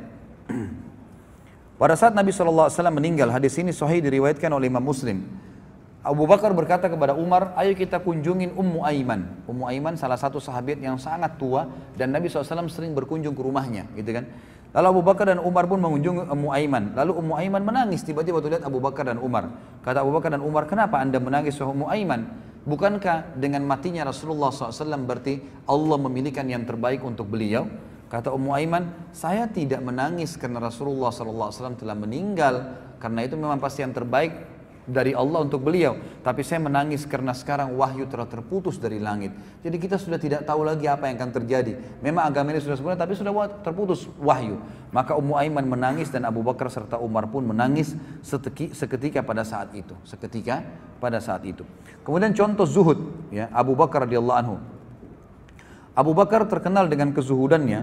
pada saat Nabi SAW meninggal, hadis ini sahih diriwayatkan oleh Imam Muslim. Abu Bakar berkata kepada Umar, ayo kita kunjungin Ummu Aiman. Ummu Aiman salah satu sahabat yang sangat tua dan Nabi SAW sering berkunjung ke rumahnya, gitu kan. Lalu Abu Bakar dan Umar pun mengunjungi Ummu Aiman. Lalu Ummu Aiman menangis tiba-tiba waktu lihat Abu Bakar dan Umar. Kata Abu Bakar dan Umar, kenapa anda menangis wahai Ummu Aiman? Bukankah dengan matinya Rasulullah SAW berarti Allah memilihkan yang terbaik untuk beliau? Kata Ummu Aiman, saya tidak menangis karena Rasulullah SAW telah meninggal, karena itu memang pasti yang terbaik dari Allah untuk beliau, tapi saya menangis karena sekarang wahyu telah terputus dari langit. Jadi kita sudah tidak tahu lagi apa yang akan terjadi. Memang agama ini sudah sempurna, tapi sudah terputus wahyu. Maka Ummu Aiman menangis dan Abu Bakar serta Umar pun menangis seketika pada saat itu. Seketika pada saat itu. Kemudian contoh zuhud, ya, Abu Bakar radhiyallahu anhu. Abu Bakar terkenal dengan kezuhudannya.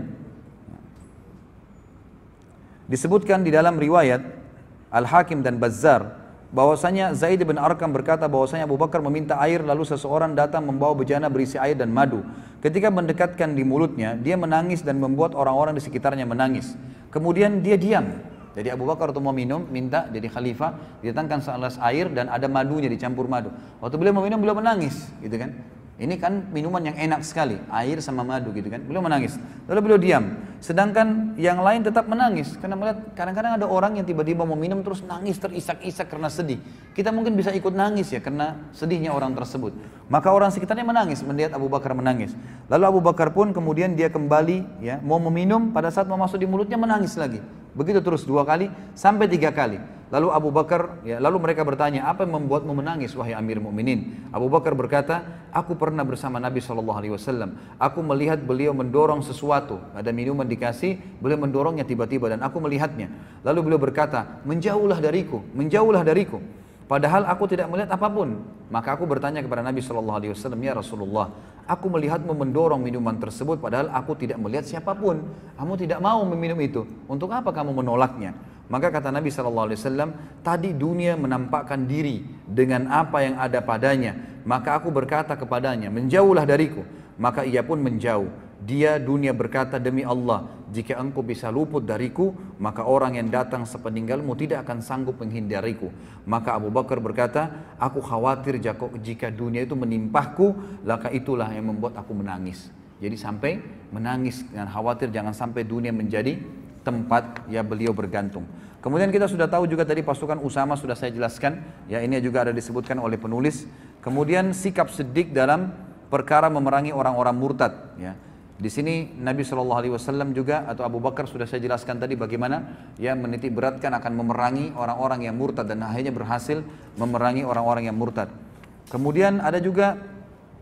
Disebutkan di dalam riwayat Al-Hakim dan Bazzar bahwasanya Zaid bin Arqam berkata bahwasanya Abu Bakar meminta air, lalu seseorang datang membawa bejana berisi air dan madu. Ketika mendekatkan di mulutnya, dia menangis dan membuat orang-orang di sekitarnya menangis. Kemudian dia diam. Jadi Abu Bakar untuk mau minum, minta jadi khalifah, didatangkan segelas air dan ada madunya, dicampur madu. Waktu beliau meminum, beliau menangis, gitu kan. Ini kan minuman yang enak sekali, air sama madu, gitu kan. Beliau menangis, lalu beliau diam. Sedangkan yang lain tetap menangis, karena melihat kadang-kadang ada orang yang tiba-tiba mau minum terus nangis terisak-isak karena sedih. Kita mungkin bisa ikut nangis ya, karena sedihnya orang tersebut. Maka orang sekitarnya menangis melihat Abu Bakar menangis. Lalu Abu Bakar pun kemudian dia kembali, ya, mau meminum, pada saat mau masuk di mulutnya menangis lagi. Begitu terus 2 kali sampai 3 kali. Lalu Abu Bakar, ya, lalu mereka bertanya, apa yang membuatmu menangis wahai Amir Mukminin? Abu Bakar berkata, aku pernah bersama Nabi SAW. Aku melihat beliau mendorong sesuatu, ada minuman dikasih, beliau mendorongnya tiba-tiba dan aku melihatnya. Lalu beliau berkata, menjauhlah dariku, menjauhlah dariku. Padahal aku tidak melihat apapun. Maka aku bertanya kepada Nabi SAW, ya Rasulullah, aku melihatmu mendorong minuman tersebut padahal aku tidak melihat siapapun. Kamu tidak mau meminum itu. Untuk apa kamu menolaknya? Maka kata Nabi SAW, tadi dunia menampakkan diri dengan apa yang ada padanya. Maka aku berkata kepadanya, menjauhlah dariku. Maka ia pun menjauh. Dia dunia berkata, demi Allah, jika engkau bisa luput dariku, maka orang yang datang sepeninggalmu tidak akan sanggup menghindariku. Maka Abu Bakar berkata, aku khawatir jika dunia itu menimpahku, maka itulah yang membuat aku menangis. Jadi sampai menangis dengan khawatir jangan sampai dunia menjadi tempat ya beliau bergantung. Kemudian kita sudah tahu juga tadi pasukan Usama sudah saya jelaskan, ya ini juga ada disebutkan oleh penulis. Kemudian sikap Siddiq dalam perkara memerangi orang-orang murtad, ya. Di sini Nabi SAW juga atau Abu Bakar sudah saya jelaskan tadi bagaimana ya menitik beratkan akan memerangi orang-orang yang murtad dan akhirnya berhasil memerangi orang-orang yang murtad. Kemudian ada juga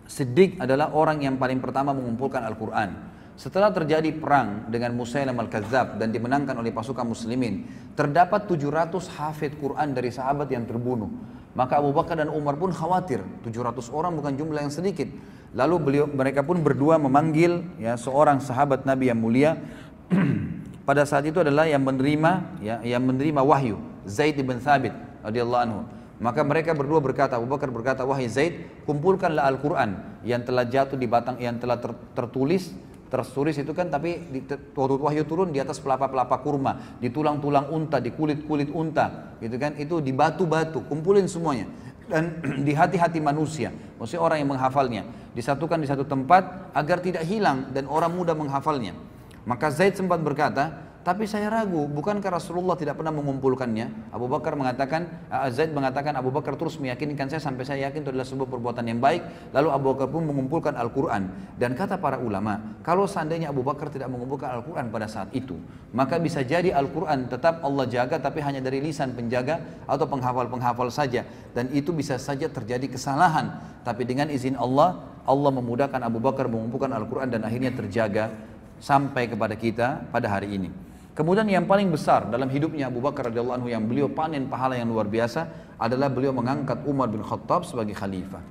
Siddiq adalah orang yang paling pertama mengumpulkan Al-Quran. Setelah terjadi perang dengan Musailam al-Kadzab dan dimenangkan oleh pasukan muslimin, terdapat 700 hafid Quran dari sahabat yang terbunuh. Maka Abu Bakar dan Umar pun khawatir, 700 orang bukan jumlah yang sedikit. Lalu mereka pun berdua memanggil ya, seorang sahabat Nabi yang mulia. Pada saat itu adalah yang menerima wahyu, Zaid bin Thabit radhiyallahu anhu. Maka mereka berdua berkata, Abu Bakar berkata, wahai Zaid, kumpulkanlah Al-Quran yang telah jatuh di batang, yang telah tertulis itu kan, tapi waktu wahyu turun di atas pelapa-pelapa kurma, di tulang-tulang unta, di kulit-kulit unta, gitu kan, itu di batu-batu, kumpulin semuanya. Dan di hati-hati manusia, maksudnya orang yang menghafalnya, disatukan di satu tempat agar tidak hilang dan orang mudah menghafalnya. Maka Zaid sempat berkata, tapi saya ragu, bukankah Rasulullah tidak pernah mengumpulkannya? Zaid mengatakan, Abu Bakar terus meyakinkan saya sampai saya yakin itu adalah sebuah perbuatan yang baik. Lalu Abu Bakar pun mengumpulkan Al-Quran. Dan kata para ulama, kalau seandainya Abu Bakar tidak mengumpulkan Al-Quran pada saat itu, maka bisa jadi Al-Quran tetap Allah jaga, tapi hanya dari lisan penjaga atau penghafal-penghafal saja. Dan itu bisa saja terjadi kesalahan. Tapi dengan izin Allah, Allah memudahkan Abu Bakar mengumpulkan Al-Quran dan akhirnya terjaga sampai kepada kita pada hari ini. Kemudian yang paling besar dalam hidupnya Abu Bakar radhiyallahu anhu yang beliau panen pahala yang luar biasa adalah beliau mengangkat Umar bin Khattab sebagai khalifah.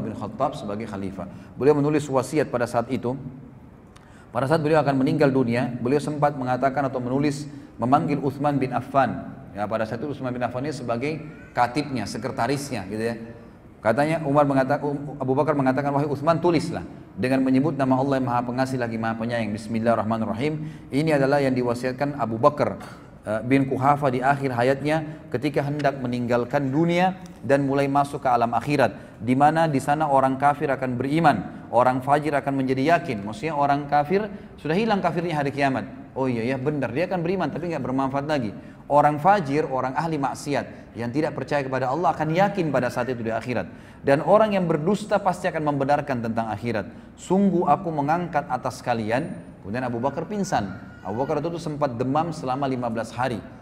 Beliau menulis wasiat pada saat itu. Pada saat beliau akan meninggal dunia, beliau sempat mengatakan atau memanggil Utsman bin Affan. Ya, pada saat itu Utsman bin Affan ini sebagai katibnya, sekretarisnya gitu ya. Katanya Abu Bakar mengatakan, wahai Utsman, tulislah dengan menyebut nama Allah yang Maha Pengasih lagi Maha Penyayang. Bismillahirrahmanirrahim. Ini adalah yang diwasiatkan Abu Bakar bin Quhafa di akhir hayatnya ketika hendak meninggalkan dunia dan mulai masuk ke alam akhirat, di mana di sana orang kafir akan beriman, orang fajir akan menjadi yakin. Maksudnya orang kafir sudah hilang kafirnya hari kiamat. Oh iya benar, dia akan beriman tapi nggak bermanfaat lagi. Orang fajir, orang ahli maksiat yang tidak percaya kepada Allah akan yakin pada saat itu di akhirat. Dan orang yang berdusta pasti akan membenarkan tentang akhirat. Sungguh aku mengangkat atas kalian. Kemudian Abu Bakar pingsan. Abu Bakar itu sempat demam selama 15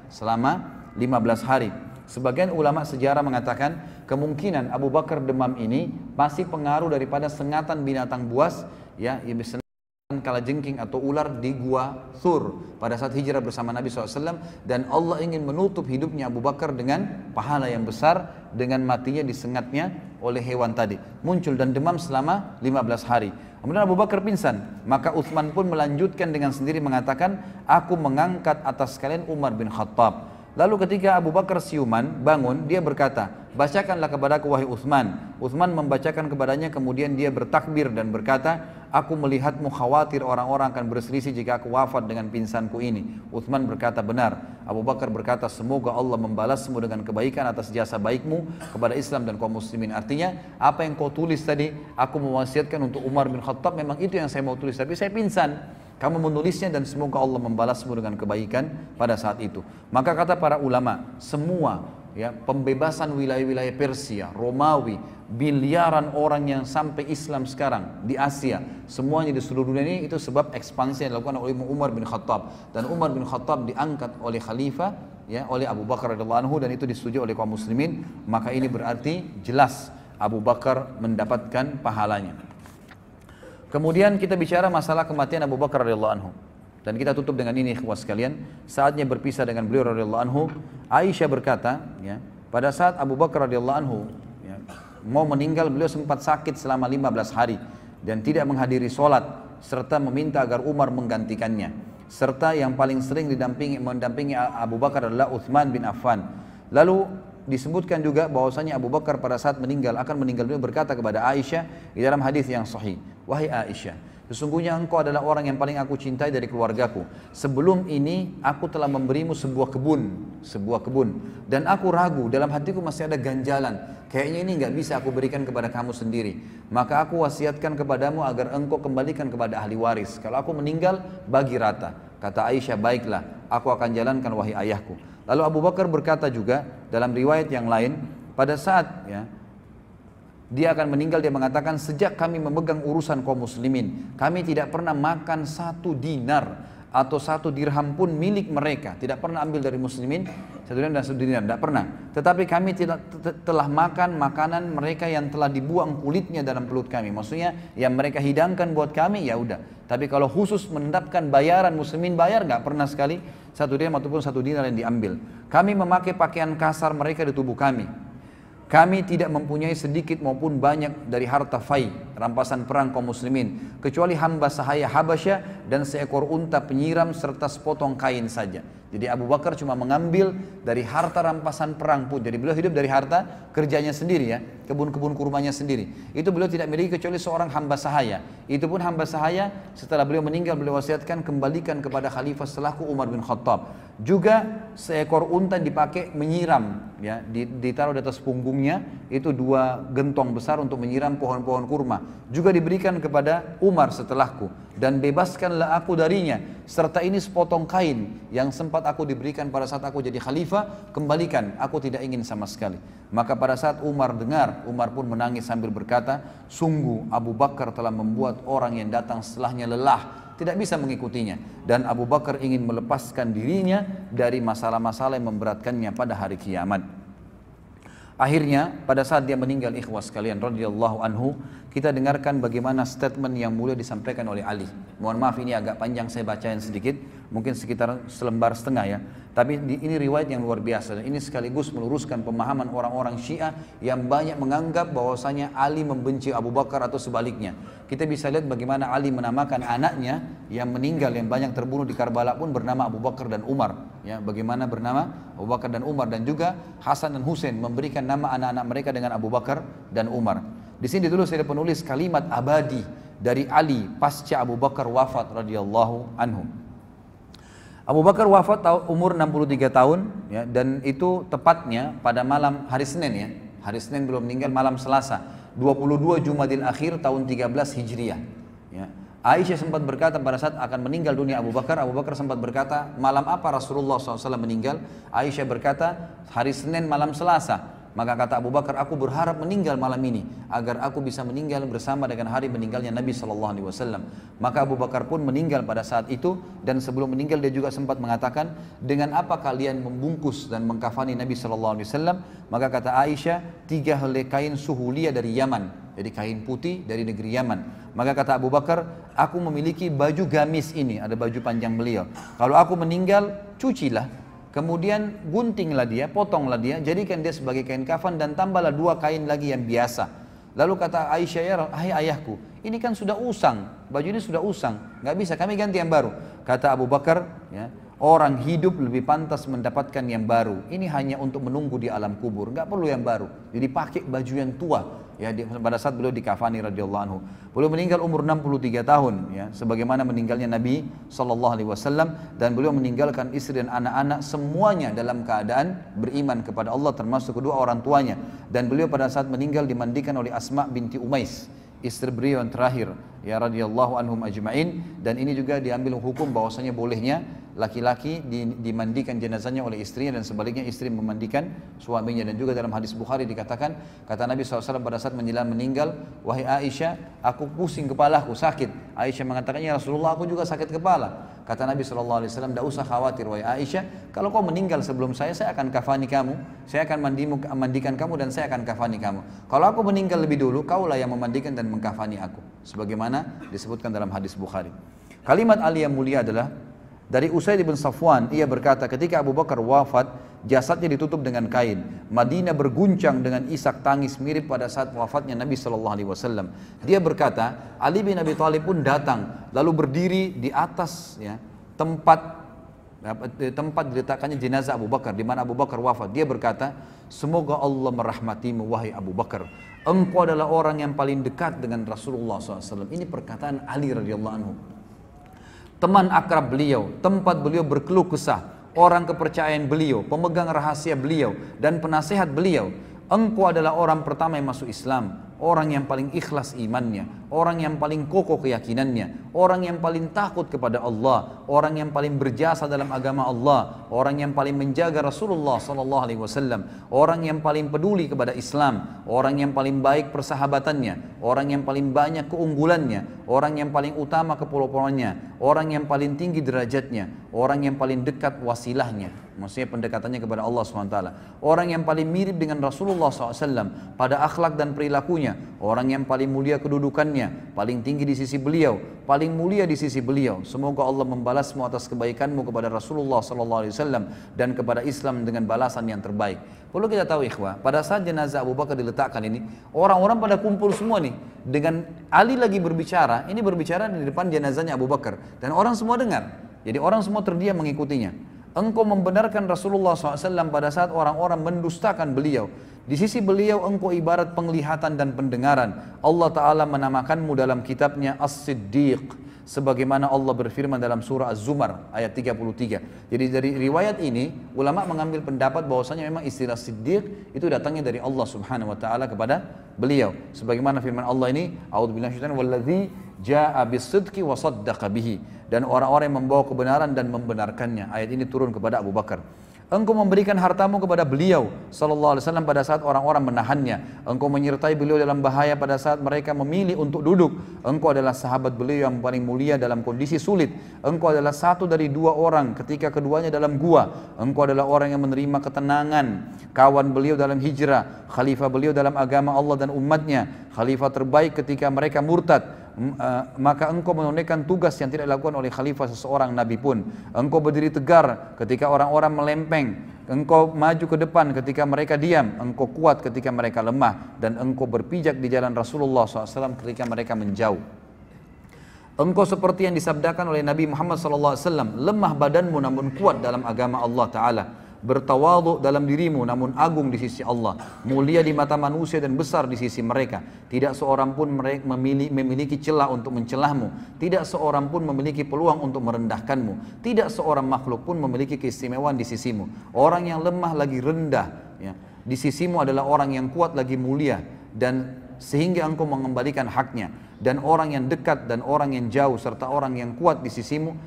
hari. Sebagian ulama sejarah mengatakan kemungkinan Abu Bakar demam ini masih pengaruh daripada sengatan binatang buas, ya, kalajengking atau ular di gua Thur pada saat hijrah bersama Nabi SAW. Dan Allah ingin menutup hidupnya Abu Bakar dengan pahala yang besar dengan matinya disengatnya oleh hewan tadi, muncul dan demam selama 15 hari. Kemudian Abu Bakar pingsan, maka Utsman pun melanjutkan dengan sendiri mengatakan, aku mengangkat atas kalian Umar bin Khattab. Lalu ketika Abu Bakar siuman bangun, dia berkata, bacakanlah kepadaku wahai Utsman. Utsman membacakan kepadanya, kemudian dia bertakbir dan berkata, aku melihatmu khawatir orang-orang akan berselisih jika aku wafat dengan pingsanku ini. Utsman berkata, benar. Abu Bakar berkata, semoga Allah membalasmu dengan kebaikan atas jasa baikmu kepada Islam dan kaum muslimin. Artinya, apa yang kau tulis tadi, aku mewasiatkan untuk Umar bin Khattab, memang itu yang saya mau tulis, tapi saya pingsan. Kamu menulisnya dan semoga Allah membalasmu dengan kebaikan pada saat itu. Maka kata para ulama, semua ya, pembebasan wilayah-wilayah Persia, Romawi, miliaran orang yang sampai Islam sekarang di Asia, semuanya di seluruh dunia ini itu sebab ekspansi yang dilakukan oleh Umar bin Khattab. Dan Umar bin Khattab diangkat oleh khalifah, ya, oleh Abu Bakar radhiyallahu anhu, dan itu disetujui oleh kaum muslimin. Maka ini berarti jelas Abu Bakar mendapatkan pahalanya. Kemudian kita bicara masalah kematian Abu Bakar radhiyallahu anhu. Dan kita tutup dengan ini ikhwas sekalian, saatnya berpisah dengan beliau radhiyallahu anhu. Aisyah berkata, ya, pada saat Abu Bakar radhiyallahu anhu ya, mau meninggal, beliau sempat sakit selama 15 hari dan tidak menghadiri sholat serta meminta agar Umar menggantikannya. Serta yang paling sering mendampingi Abu Bakar adalah Utsman bin Affan. Lalu disebutkan juga bahwasanya Abu Bakar pada saat akan meninggal beliau berkata kepada Aisyah di dalam hadis yang sahih, wahai Aisyah, sesungguhnya engkau adalah orang yang paling aku cintai dari keluargaku. Sebelum ini aku telah memberimu sebuah kebun, dan aku ragu, dalam hatiku masih ada ganjalan. Kayaknya ini nggak bisa aku berikan kepada kamu sendiri. Maka aku wasiatkan kepadamu agar engkau kembalikan kepada ahli waris. Kalau aku meninggal, bagi rata. Kata Aisyah, baiklah, aku akan jalankan wahai ayahku. Lalu Abu Bakar berkata juga dalam riwayat yang lain, pada saat ya, dia akan meninggal, dia mengatakan, sejak kami memegang urusan kaum muslimin, kami tidak pernah makan 1 dinar atau 1 dirham pun milik mereka, tidak pernah ambil dari muslimin 1 dirham dan 1 dinar, tidak pernah. Tetapi kami telah makan makanan mereka yang telah dibuang kulitnya dalam perut kami. Maksudnya yang mereka hidangkan buat kami, ya udah. Tapi kalau khusus menetapkan bayaran muslimin bayar, nggak pernah sekali 1 dirham ataupun 1 dinar yang diambil. Kami memakai pakaian kasar mereka di tubuh kami. Kami tidak mempunyai sedikit maupun banyak dari harta fai, rampasan perang kaum muslimin, kecuali hamba sahaya Habasyah dan seekor unta penyiram serta sepotong kain saja. Jadi Abu Bakar cuma mengambil dari harta rampasan perang pun. Jadi beliau hidup dari harta kerjanya sendiri ya, kebun-kebun kurmanya sendiri. Itu beliau tidak miliki kecuali seorang hamba sahaya. Itu pun hamba sahaya setelah beliau meninggal beliau wasiatkan kembalikan kepada khalifah setelahku Umar bin Khattab. Juga seekor unta dipakai menyiram ya, ditaruh di atas punggungnya, itu 2 gentong besar untuk menyiram pohon-pohon kurma. Juga diberikan kepada Umar setelahku, dan bebaskanlah aku darinya, serta ini sepotong kain yang sempat aku diberikan pada saat aku jadi khalifah, kembalikan, aku tidak ingin sama sekali. Maka pada saat Umar dengar, Umar pun menangis sambil berkata, sungguh Abu Bakar telah membuat orang yang datang setelahnya lelah, tidak bisa mengikutinya, dan Abu Bakar ingin melepaskan dirinya dari masalah-masalah yang memberatkannya pada hari kiamat. Akhirnya pada saat dia meninggal, ikhwas sekalian radhiyallahu anhu, kita dengarkan bagaimana statement yang mulia disampaikan oleh Ali. Mohon maaf ini agak panjang, saya bacain sedikit, mungkin sekitar 1,5 lembar ya. Tapi ini riwayat yang luar biasa, dan ini sekaligus meluruskan pemahaman orang-orang Syiah yang banyak menganggap bahwasanya Ali membenci Abu Bakar atau sebaliknya. Kita bisa lihat bagaimana Ali menamakan anaknya yang meninggal, yang banyak terbunuh di Karbala pun bernama Abu Bakar dan Umar. Ya, bagaimana bernama Abu Bakar dan Umar, dan juga Hasan dan Husain memberikan nama anak-anak mereka dengan Abu Bakar dan Umar. Di sini dulu saya penulis kalimat abadi dari Ali pasca Abu Bakar wafat radhiyallahu anhu. Abu Bakar wafat umur 63 tahun ya, dan itu tepatnya pada malam hari Senin ya. Hari Senin belum meninggal, malam Selasa 22 Jumadil Akhir tahun 13 Hijriah ya. Aisyah sempat berkata pada saat akan meninggal dunia Abu Bakar sempat berkata, malam apa Rasulullah SAW meninggal? Aisyah berkata, hari Senin malam Selasa. Maka kata Abu Bakar, aku berharap meninggal malam ini agar aku bisa meninggal bersama dengan hari meninggalnya Nabi SAW. Maka Abu Bakar pun meninggal pada saat itu, dan sebelum meninggal dia juga sempat mengatakan, dengan apa kalian membungkus dan mengkafani Nabi SAW? Maka kata Aisyah, 3 helai kain suhulia dari Yaman, jadi kain putih dari negeri Yaman. Maka kata Abu Bakar, aku memiliki baju gamis ini, ada baju panjang beliau. Kalau aku meninggal, cucilah. Kemudian guntinglah dia, potonglah dia, jadikan dia sebagai kain kafan, dan tambahlah 2 kain lagi yang biasa. Lalu kata Aisyah, ya hai ayahku, ini kan sudah usang, baju ini sudah usang, nggak bisa, kami ganti yang baru. Kata Abu Bakar, ya, orang hidup lebih pantas mendapatkan yang baru. Ini hanya untuk menunggu di alam kubur, nggak perlu yang baru. Jadi pakai baju yang tua. Ya, pada saat beliau dikafani radhiyallahu anhu. Beliau meninggal umur 63 tahun ya, sebagaimana meninggalnya Nabi SAW, dan beliau meninggalkan istri dan anak-anak semuanya dalam keadaan beriman kepada Allah, termasuk kedua orang tuanya. Dan beliau pada saat meninggal dimandikan oleh Asma binti Umais, istri beliau yang terakhir ya radhiyallahu anhum ajma'in. Dan ini juga diambil hukum bahwasanya bolehnya laki-laki dimandikan jenazahnya oleh istrinya, dan sebaliknya istri memandikan suaminya. Dan juga dalam hadis Bukhari dikatakan, kata Nabi SAW pada saat menjelang meninggal, wahai Aisyah, aku pusing kepalaku, sakit. Aisyah mengatakan, ya Rasulullah, aku juga sakit kepala. Kata Nabi SAW, tidak usah khawatir wahai Aisyah, kalau kau meninggal sebelum saya akan kafani kamu, saya akan mandikan kamu, dan saya akan kafani kamu. Kalau aku meninggal lebih dulu, kaulah yang memandikan dan mengkafani aku, sebagaimana disebutkan dalam hadis Bukhari. Kalimat Ali yang mulia adalah dari Usaid bin Safwan, ia berkata, ketika Abu Bakar wafat, jasadnya ditutup dengan kain. Madinah berguncang dengan isak tangis mirip pada saat wafatnya Nabi SAW. Dia berkata, Ali bin Abi Thalib pun datang, lalu berdiri di atas ya, tempat diletakkannya jenazah Abu Bakar, di mana Abu Bakar wafat. Dia berkata, semoga Allah merahmatimu wahai Abu Bakar. Engkau adalah orang yang paling dekat dengan Rasulullah SAW. Ini perkataan Ali radhiyallahu anhu. Teman akrab beliau, tempat beliau berkeluh kesah, orang kepercayaan beliau, pemegang rahasia beliau, dan penasehat beliau. Engkau adalah orang pertama yang masuk Islam, orang yang paling ikhlas imannya, orang yang paling kokoh keyakinannya, orang yang paling takut kepada Allah, orang yang paling berjasa dalam agama Allah, orang yang paling menjaga Rasulullah sallallahu alaihi wasallam, orang yang paling peduli kepada Islam, orang yang paling baik persahabatannya, orang yang paling banyak keunggulannya, orang yang paling utama kepulauannya, orang yang paling tinggi derajatnya, orang yang paling dekat wasilahnya, maksudnya pendekatannya kepada Allah SWT, orang yang paling mirip dengan Rasulullah SAW pada akhlak dan perilakunya, orang yang paling mulia kedudukannya, paling tinggi di sisi beliau, paling mulia di sisi beliau. Semoga Allah membalasmu atas kebaikanmu kepada Rasulullah SAW dan kepada Islam dengan balasan yang terbaik. Perlu kita tahu ikhwah, pada saat jenazah Abu Bakar diletakkan ini, orang-orang pada kumpul semua nih, dengan Ali lagi berbicara, ini berbicara di depan jenazahnya Abu Bakar, dan orang semua dengar, jadi orang semua terdiam mengikutinya. Engkau membenarkan Rasulullah SAW pada saat orang-orang mendustakan beliau. Di sisi beliau engkau ibarat penglihatan dan pendengaran. Allah Ta'ala menamakanmu dalam kitabnya As-Siddiq, sebagaimana Allah berfirman dalam surah Az-Zumar ayat 33. Jadi dari riwayat ini ulama mengambil pendapat bahwasanya memang istilah Siddiq itu datangnya dari Allah Subhanahu wa taala kepada beliau. Sebagaimana firman Allah ini, a'udzubillahi minasyaitonir wallazi jaa'a bis-sidqi wa saddaqa bihi, dan orang-orang yang membawa kebenaran dan membenarkannya. Ayat ini turun kepada Abu Bakar. Engkau memberikan hartamu kepada beliau sallallahu alaihi wasallam pada saat orang-orang menahannya. Engkau menyertai beliau dalam bahaya pada saat mereka memilih untuk duduk. Engkau adalah sahabat beliau yang paling mulia dalam kondisi sulit. Engkau adalah satu dari dua orang ketika keduanya dalam gua. Engkau adalah orang yang menerima ketenangan, kawan beliau dalam hijrah, khalifah beliau dalam agama Allah dan umatnya, khalifah terbaik ketika mereka murtad. Maka engkau menunaikan tugas yang tidak dilakukan oleh khalifah seseorang nabi pun. Engkau berdiri tegar ketika orang-orang melempeng, engkau maju ke depan ketika mereka diam, engkau kuat ketika mereka lemah, dan engkau berpijak di jalan Rasulullah SAW ketika mereka menjauh. Engkau seperti yang disabdakan oleh Nabi Muhammad SAW, lemah badanmu namun kuat dalam agama Allah Ta'ala, bertawadhu dalam dirimu namun agung di sisi Allah, mulia di mata manusia dan besar di sisi mereka. Tidak seorang pun memiliki celah untuk mencelahmu, tidak seorang pun memiliki peluang untuk merendahkanmu, tidak seorang makhluk pun memiliki keistimewaan di sisimu. Orang yang lemah lagi rendah ya, di sisimu adalah orang yang kuat lagi mulia, dan sehingga engkau mengembalikan haknya. Dan orang yang dekat dan orang yang jauh serta orang yang kuat di sisimu,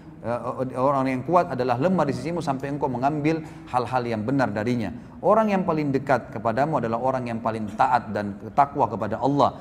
orang yang kuat adalah lemah di sisimu sampai engkau mengambil hal-hal yang benar darinya. Orang yang paling dekat kepadamu adalah orang yang paling taat dan takwa kepada Allah.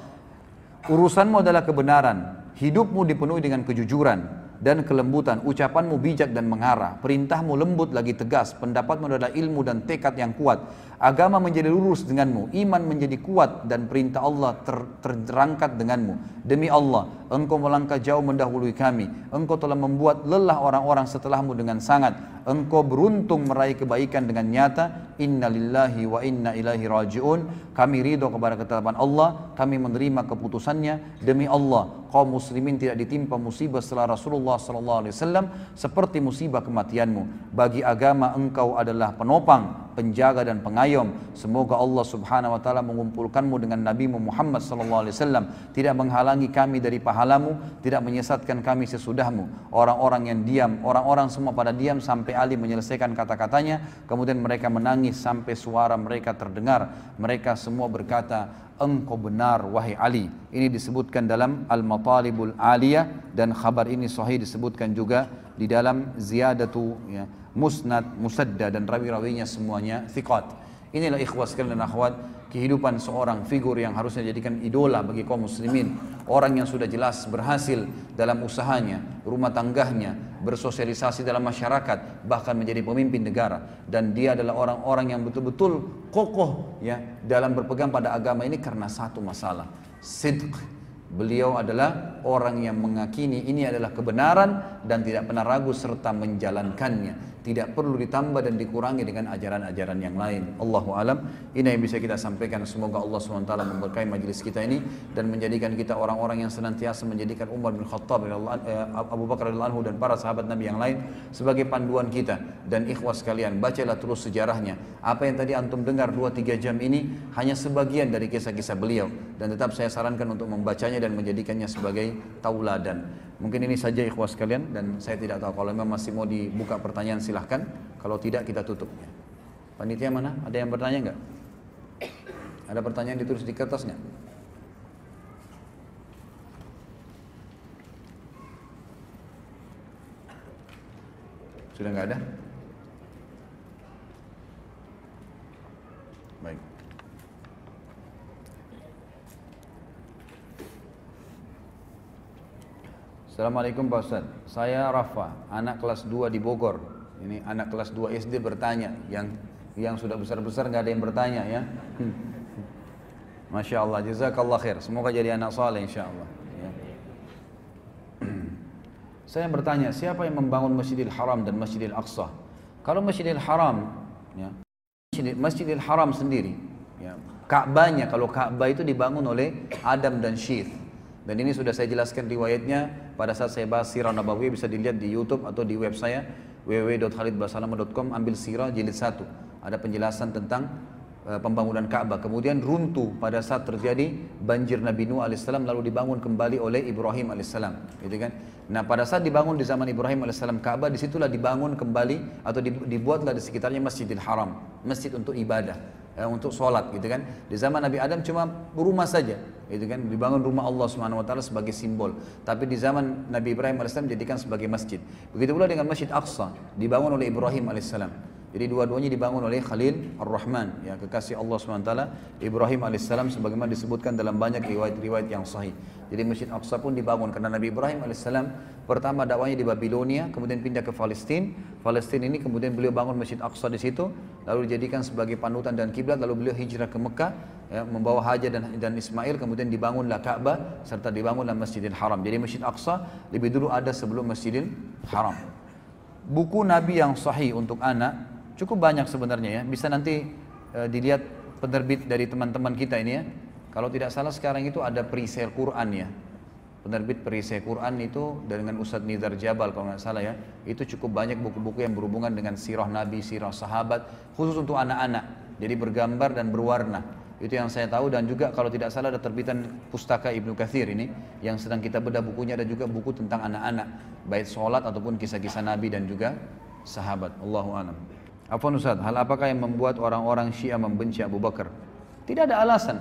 Urusanmu adalah kebenaran, hidupmu dipenuhi dengan kejujuran dan kelembutan, ucapanmu bijak dan mengarah, perintahmu lembut lagi tegas, pendapatmu adalah ilmu dan tekad yang kuat. Agama menjadi lurus denganmu, iman menjadi kuat, dan perintah Allah terangkat denganmu. Demi Allah, engkau melangkah jauh mendahului kami. Engkau telah membuat lelah orang-orang setelahmu dengan sangat. Engkau beruntung meraih kebaikan dengan nyata. Inna lillahi wa inna ilaihi raji'un. Kami ridho kepada ketetapan Allah, kami menerima keputusannya. Demi Allah, kaum muslimin tidak ditimpa musibah setelah Rasulullah SAW seperti musibah kematianmu. Bagi agama engkau adalah penopang, penjaga dan pengayom. Semoga Allah Subhanahu wa taala mengumpulkanmu dengan Nabi Muhammad sallallahu alaihi wasallam, tidak menghalangi kami dari pahalamu, tidak menyesatkan kami sesudahmu. Orang-orang yang diam, orang-orang semua pada diam sampai Ali menyelesaikan kata-katanya, kemudian mereka menangis sampai suara mereka terdengar. Mereka semua berkata, engkau benar wahai Ali. Ini disebutkan dalam Al-Matalibul Aliyah, dan khabar ini sahih disebutkan juga di dalam Ziyadatu ya, Musnad, Musadda, dan rawi-rawinya semuanya thiqat. Inilah ikhwah sekalian dan akhwat, kehidupan seorang figur yang harusnya dijadikan idola bagi kaum muslimin. Orang yang sudah jelas berhasil dalam usahanya, rumah tangganya, bersosialisasi dalam masyarakat, bahkan menjadi pemimpin negara. Dan dia adalah orang-orang yang betul-betul kokoh ya dalam berpegang pada agama ini karena satu masalah, sidq. Beliau adalah orang yang meyakini ini adalah kebenaran dan tidak pernah ragu serta menjalankannya. Tidak perlu ditambah dan dikurangi dengan ajaran-ajaran yang lain. Allahu alam. Ini yang bisa kita sampaikan. Semoga Allah SWT memberkahi majelis kita ini dan menjadikan kita orang-orang yang senantiasa menjadikan Umar bin Khattab, Abu Bakar radhiyallahu anhu, dan para sahabat Nabi yang lain sebagai panduan kita. Dan ikhwah sekalian, bacalah terus sejarahnya. Apa yang tadi antum dengar 2-3 jam ini hanya sebagian dari kisah-kisah beliau, dan tetap saya sarankan untuk membacanya dan menjadikannya sebagai tauladan. Mungkin ini saja ikhwah sekalian, dan saya tidak tahu kalau memang masih mau dibuka pertanyaan silahkan, kalau tidak kita tutup. Panitia mana? Ada yang bertanya enggak? Ada pertanyaan ditulis di kertas enggak? Sudah nggak ada? Baik. Assalamualaikum Pak Ustaz. Saya Rafa, anak kelas 2 di Bogor. Ini anak kelas 2 SD bertanya, yang sudah besar-besar nggak ada yang bertanya ya. Masya Allah, jazakallah khair. Semoga jadi anak saleh insya Allah. Ya. Saya bertanya, siapa yang membangun Masjidil Haram dan Masjidil Aqsa? Kalau Masjidil Haram, ya, Masjidil Haram sendiri, ya, Ka'bahnya, kalau Ka'bah itu dibangun oleh Adam dan Syith. Dan ini sudah saya jelaskan riwayatnya pada saat saya bahas Sirah Nabawiyah, bisa dilihat di YouTube atau di web saya www.khalidbasalamah.com, ambil Sirah jilid 1. Ada penjelasan tentang pembangunan Ka'bah. Kemudian runtuh pada saat terjadi banjir Nabi Nuh alaihissalam, lalu dibangun kembali oleh Ibrahim alaihissalam, gitu kan? Nah, pada saat dibangun di zaman Ibrahim alaihissalam Ka'bah, disitulah dibangun kembali atau dibuatlah di sekitarnya Masjidil Haram, masjid untuk ibadah, untuk sholat, gitu kan? Di zaman Nabi Adam cuma rumah saja, gitu kan? Dibangun rumah Allah Subhanahu Wa Taala sebagai simbol. Tapi di zaman Nabi Ibrahim alaihissalam dijadikan sebagai masjid. Begitu pula dengan Masjid Aqsa, dibangun oleh Ibrahim alaihissalam. Jadi dua-duanya dibangun oleh Khalil Ar-Rahman, ya, kekasih Allah SWT, Ibrahim AS, sebagaimana disebutkan dalam banyak riwayat-riwayat yang sahih. Jadi Masjid Aqsa pun dibangun karena Nabi Ibrahim AS pertama dakwanya di Babilonia, kemudian pindah ke Palestina. Palestina ini kemudian beliau bangun Masjid Aqsa di situ, lalu dijadikan sebagai panutan dan kiblat, lalu beliau hijrah ke Mekah, ya, membawa Hajar dan Ismail, kemudian dibangunlah Ka'bah serta dibangunlah Masjidil Haram. Jadi Masjid Aqsa lebih dulu ada sebelum Masjidil Haram. Buku Nabi yang sahih untuk anak cukup banyak sebenarnya ya, bisa nanti dilihat penerbit dari teman-teman kita ini ya. Kalau tidak salah sekarang itu ada perisai Quran ya, penerbit perisai Quran itu dengan Ustadz Nizar Jabal kalau nggak salah ya. Itu cukup banyak buku-buku yang berhubungan dengan sirah Nabi, sirah sahabat, khusus untuk anak-anak, jadi bergambar dan berwarna. Itu yang saya tahu. Dan juga kalau tidak salah ada terbitan Pustaka Ibnu Katsir ini yang sedang kita bedah bukunya, ada juga buku tentang anak-anak, baik sholat ataupun kisah-kisah Nabi dan juga sahabat. Allahu a'lam. Afwan Ustaz, hal apakah yang membuat orang-orang Syiah membenci Abu Bakar? Tidak ada alasan.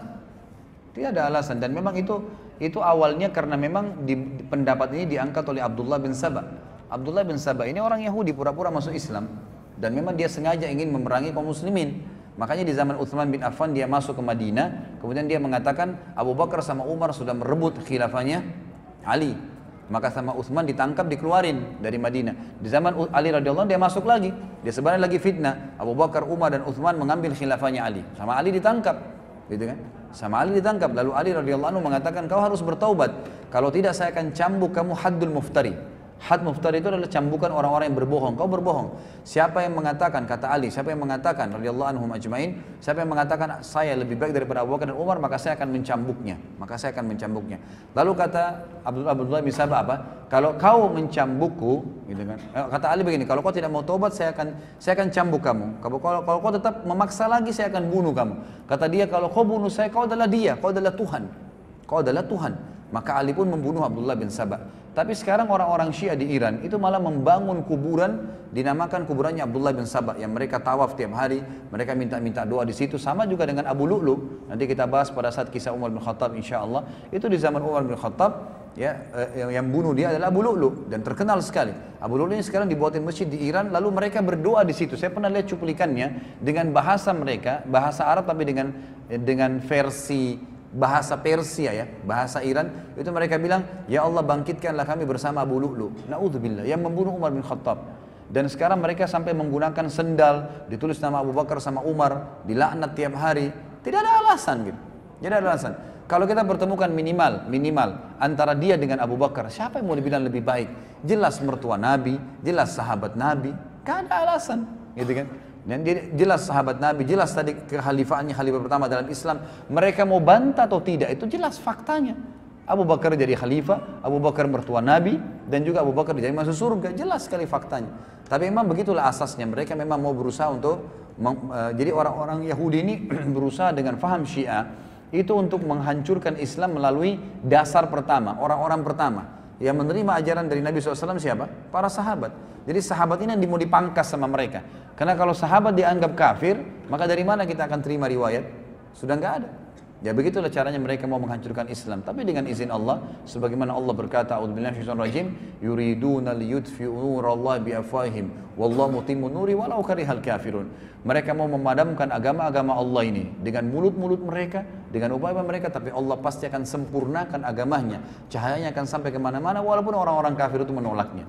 Tidak ada alasan, dan memang itu awalnya karena memang pendapat ini diangkat oleh Abdullah bin Saba. Abdullah bin Saba ini orang Yahudi pura-pura masuk Islam, dan memang dia sengaja ingin memerangi kaum muslimin. Makanya di zaman Utsman bin Affan dia masuk ke Madinah, kemudian dia mengatakan Abu Bakar sama Umar sudah merebut khilafahnya Ali. Maka sama Utsman ditangkap, dikeluarin dari Madinah. Di zaman Ali radhiyallahu anhu dia masuk lagi, dia sebenarnya lagi fitnah. Abu Bakar, Umar dan Utsman mengambil khilafahnya Ali. Sama Ali ditangkap, gitu kan? Sama Ali ditangkap. Lalu Ali radhiyallahu anhu mengatakan, kau harus bertaubat. Kalau tidak saya akan cambuk kamu haddul muftari. Had muftari itu adalah cambukan orang-orang yang berbohong. Kau berbohong. Siapa yang mengatakan, kata Ali, siapa yang mengatakan radhiyallahu anhum ajmain, siapa yang mengatakan saya lebih baik daripada Abu Bakar dan Umar, maka saya akan mencambuknya. Maka saya akan mencambuknya. Lalu kata Abdullah bin Saba apa? Kalau kau mencambukku, gitu kan? Kata Ali begini, kalau kau tidak mau taubat, saya akan cambuk kamu. Kalau kau tetap memaksa lagi, saya akan bunuh kamu. Kata dia, kalau kau bunuh saya, kau adalah dia, kau adalah Tuhan. Kau adalah Tuhan. Maka Ali pun membunuh Abdullah bin Saba. Tapi sekarang orang-orang Syiah di Iran itu malah membangun kuburan, dinamakan kuburannya Abdullah bin Saba, yang mereka tawaf tiap hari, mereka minta doa di situ. Sama juga dengan Abu Lu'lu. Nanti kita bahas pada saat kisah Umar bin Khattab insyaallah. Itu di zaman Umar bin Khattab, ya, yang bunuh dia adalah Abu Lu'lu, dan terkenal sekali. Abu Lu'lu ini sekarang dibuatin masjid di Iran, lalu mereka berdoa di situ. Saya pernah lihat cuplikannya dengan bahasa mereka, bahasa Arab tapi dengan versi bahasa Persia ya, bahasa Iran. Itu mereka bilang, ya Allah bangkitkanlah kami bersama Abu Lu'lu, na'udzubillah, yang membunuh Umar bin Khattab. Dan sekarang mereka sampai menggunakan sendal, ditulis nama Abu Bakar sama Umar, dilaknat tiap hari. Tidak ada alasan gitu. Tidak ada alasan. Kalau kita pertemukan minimal antara dia dengan Abu Bakar, siapa yang mau dibilang lebih baik? Jelas mertua Nabi, jelas sahabat Nabi, gak ada alasan, gitu kan? Dan jelas sahabat Nabi, jelas tadi kekhalifaannya, khalifah pertama dalam Islam. Mereka mau bantah atau tidak, itu jelas faktanya. Abu Bakar jadi khalifah, Abu Bakar mertua Nabi, dan juga Abu Bakar jadi masuk surga, jelas sekali faktanya. Tapi memang begitulah asasnya, mereka memang mau berusaha untuk, jadi orang-orang Yahudi ini berusaha dengan faham Syiah, itu untuk menghancurkan Islam melalui dasar pertama, orang-orang pertama. Yang menerima ajaran dari Nabi SAW siapa? Para sahabat. Jadi sahabat ini yang mau dipangkas sama mereka. Karena kalau sahabat dianggap kafir, maka dari mana kita akan terima riwayat? Sudah nggak ada. Ya begitulah caranya mereka mau menghancurkan Islam. Tapi dengan izin Allah, sebagaimana Allah berkata, "A'udzubillahi minasyaitonir rajim, yuriduna liyutfi'u nurallahi biafwahihim, wallahu mutimmu nuri walau karihal kafirun." Mereka mau memadamkan agama-agama Allah ini dengan mulut-mulut mereka, dengan upaya mereka, tapi Allah pasti akan sempurnakan agamanya. Cahayanya akan sampai kemana-mana walaupun orang-orang kafir itu menolaknya.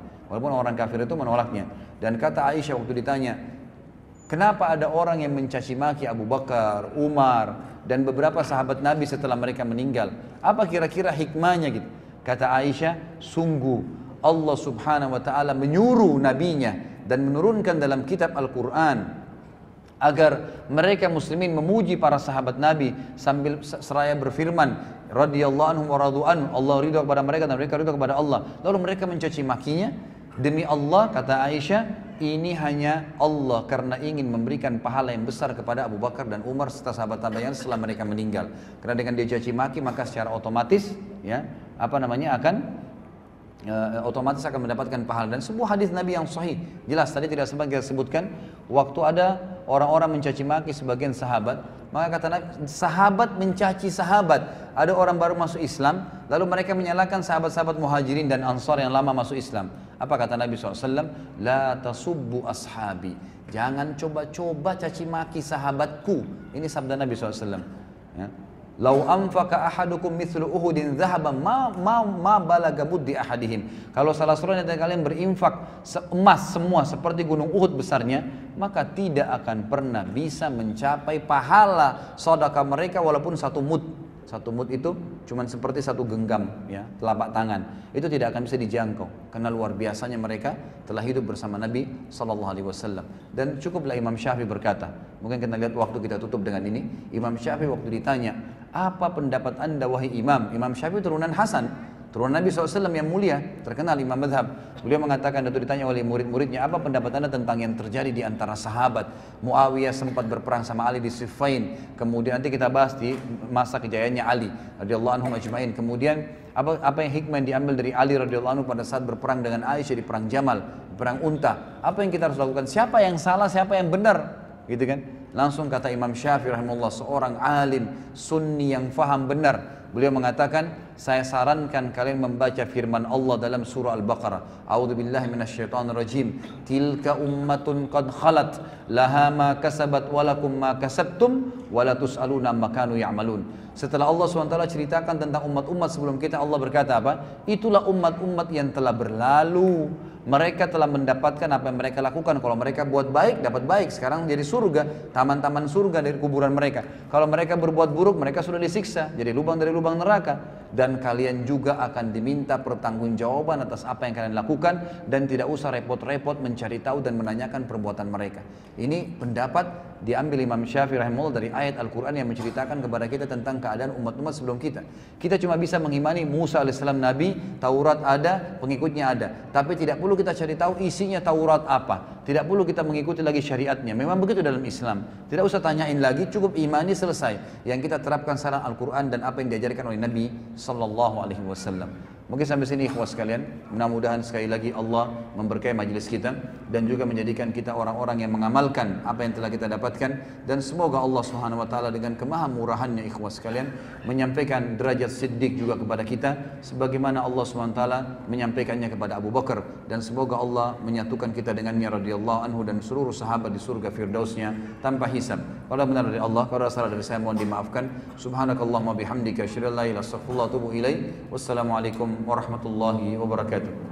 Dan kata Aisyah waktu ditanya, kenapa ada orang yang mencaci maki Abu Bakar, Umar, dan beberapa sahabat Nabi setelah mereka meninggal? Apa kira-kira hikmahnya gitu? Kata Aisyah, sungguh Allah subhanahu wa ta'ala menyuruh nabinya dan menurunkan dalam kitab Al-Quran agar mereka muslimin memuji para sahabat Nabi sambil seraya berfirman, radhiyallahu anhum wa radu anhu, Allah ridha kepada mereka dan mereka ridha kepada Allah. Lalu mereka mencaci makinya. Demi Allah, kata Aisyah, ini hanya Allah karena ingin memberikan pahala yang besar kepada Abu Bakar dan Umar serta sahabat tabi'in setelah mereka meninggal. Karena dengan dia caci maki maka secara otomatis otomatis akan mendapatkan pahala. Dan sebuah hadis Nabi yang sahih, jelas tadi tidak sempat kita sebutkan, waktu ada orang-orang mencaci maki sebagian sahabat, maka kata Nabi, sahabat mencaci sahabat. Ada orang baru masuk Islam, lalu mereka menyalahkan sahabat-sahabat muhajirin dan ansar yang lama masuk Islam. Apa kata Nabi SAW? La tasubbu ashabi. Jangan coba-coba caci maki sahabatku. Ini sabda Nabi SAW. Ya. Lau anfaqa ahadukum mithlu uhudin dhahaban ma balaga muddi ahadihim. Kalau salah seorang dari kalian berinfak emas semua seperti gunung Uhud besarnya, maka tidak akan pernah bisa mencapai pahala sedekah mereka walaupun satu mud. Satu mud itu cuma seperti satu genggam, ya, telapak tangan. Itu tidak akan bisa dijangkau karena luar biasanya mereka telah hidup bersama Nabi SAW. Dan cukuplah Imam Syafi'i berkata, mungkin kita lihat waktu kita tutup dengan ini. Imam Syafi'i waktu ditanya, apa pendapat anda wahai imam? Imam Syafi'i turunan Hasan, turunan Nabi SAW yang mulia, terkenal imam madhab. Beliau mengatakan, dan itu ditanya oleh murid-muridnya, apa pendapat anda tentang yang terjadi di antara sahabat? Muawiyah sempat berperang sama Ali di Siffin, kemudian nanti kita bahas di masa kejayaannya Ali radhiyallahu anhum ajma'in. Kemudian apa yang hikmah yang diambil dari Ali radhiyallahu anhu pada saat berperang dengan Aisyah di perang Jamal, perang Unta? Apa yang kita harus lakukan? Siapa yang salah, siapa yang benar? Gitu kan? Langsung kata Imam Syafi'i rahimahullah, seorang alim sunni yang faham benar, beliau mengatakan, saya sarankan kalian membaca firman Allah dalam surah Al-Baqarah, a'udzubillahi minasyaitonir rajim, tilka ummatun qad khalat laha ma kasabat wa lakum ma kasabtum wa la tus'aluna amma kanu ya'malun. Setelah Allah SWT ceritakan tentang umat-umat sebelum kita, Allah berkata apa? Itulah umat-umat yang telah berlalu. Mereka telah mendapatkan apa yang mereka lakukan. Kalau mereka buat baik, dapat baik. Sekarang jadi surga, taman-taman surga dari kuburan mereka. Kalau mereka berbuat buruk, mereka sudah disiksa, jadi lubang dari lubang neraka. Dan kalian juga akan diminta pertanggungjawaban atas apa yang kalian lakukan, dan tidak usah repot-repot mencari tahu dan menanyakan perbuatan mereka. Ini pendapat diambil Imam Syafi'i rahimahullah dari ayat Al-Quran yang menceritakan kepada kita tentang keadaan umat-umat sebelum kita. Kita cuma bisa mengimani Musa alaihissalam Nabi, Taurat ada, pengikutnya ada. Tapi tidak perlu kita cari tahu isinya Taurat apa. Tidak perlu kita mengikuti lagi syariatnya. Memang begitu dalam Islam. Tidak usah tanyain lagi, cukup imani selesai. Yang kita terapkan saran Al-Quran dan apa yang diajarkan oleh Nabi Sallallahu Alaihi Wasallam. Mungkin sampai sini ikhwas sekalian. Mudah-mudahan sekali lagi Allah memberkahi majelis kita dan juga menjadikan kita orang-orang yang mengamalkan apa yang telah kita dapatkan, dan semoga Allah Subhanahu wa taala dengan kemahamurahannya ikhwas sekalian menyampaikan derajat siddiq juga kepada kita sebagaimana Allah Subhanahu wa taala menyampaikannya kepada Abu Bakar, dan semoga Allah menyatukan kita dengannya radhiyallahu anhu dan seluruh sahabat di surga firdausnya tanpa hisab. Kalau benar dari Allah, kalau salah dari saya mohon dimaafkan. Subhanakallahumma bihamdika asyhadu an la ilaha illa anta astaghfiruka wa atubu ilaik. Wassalamualaikum warahmatullahi wabarakatuh.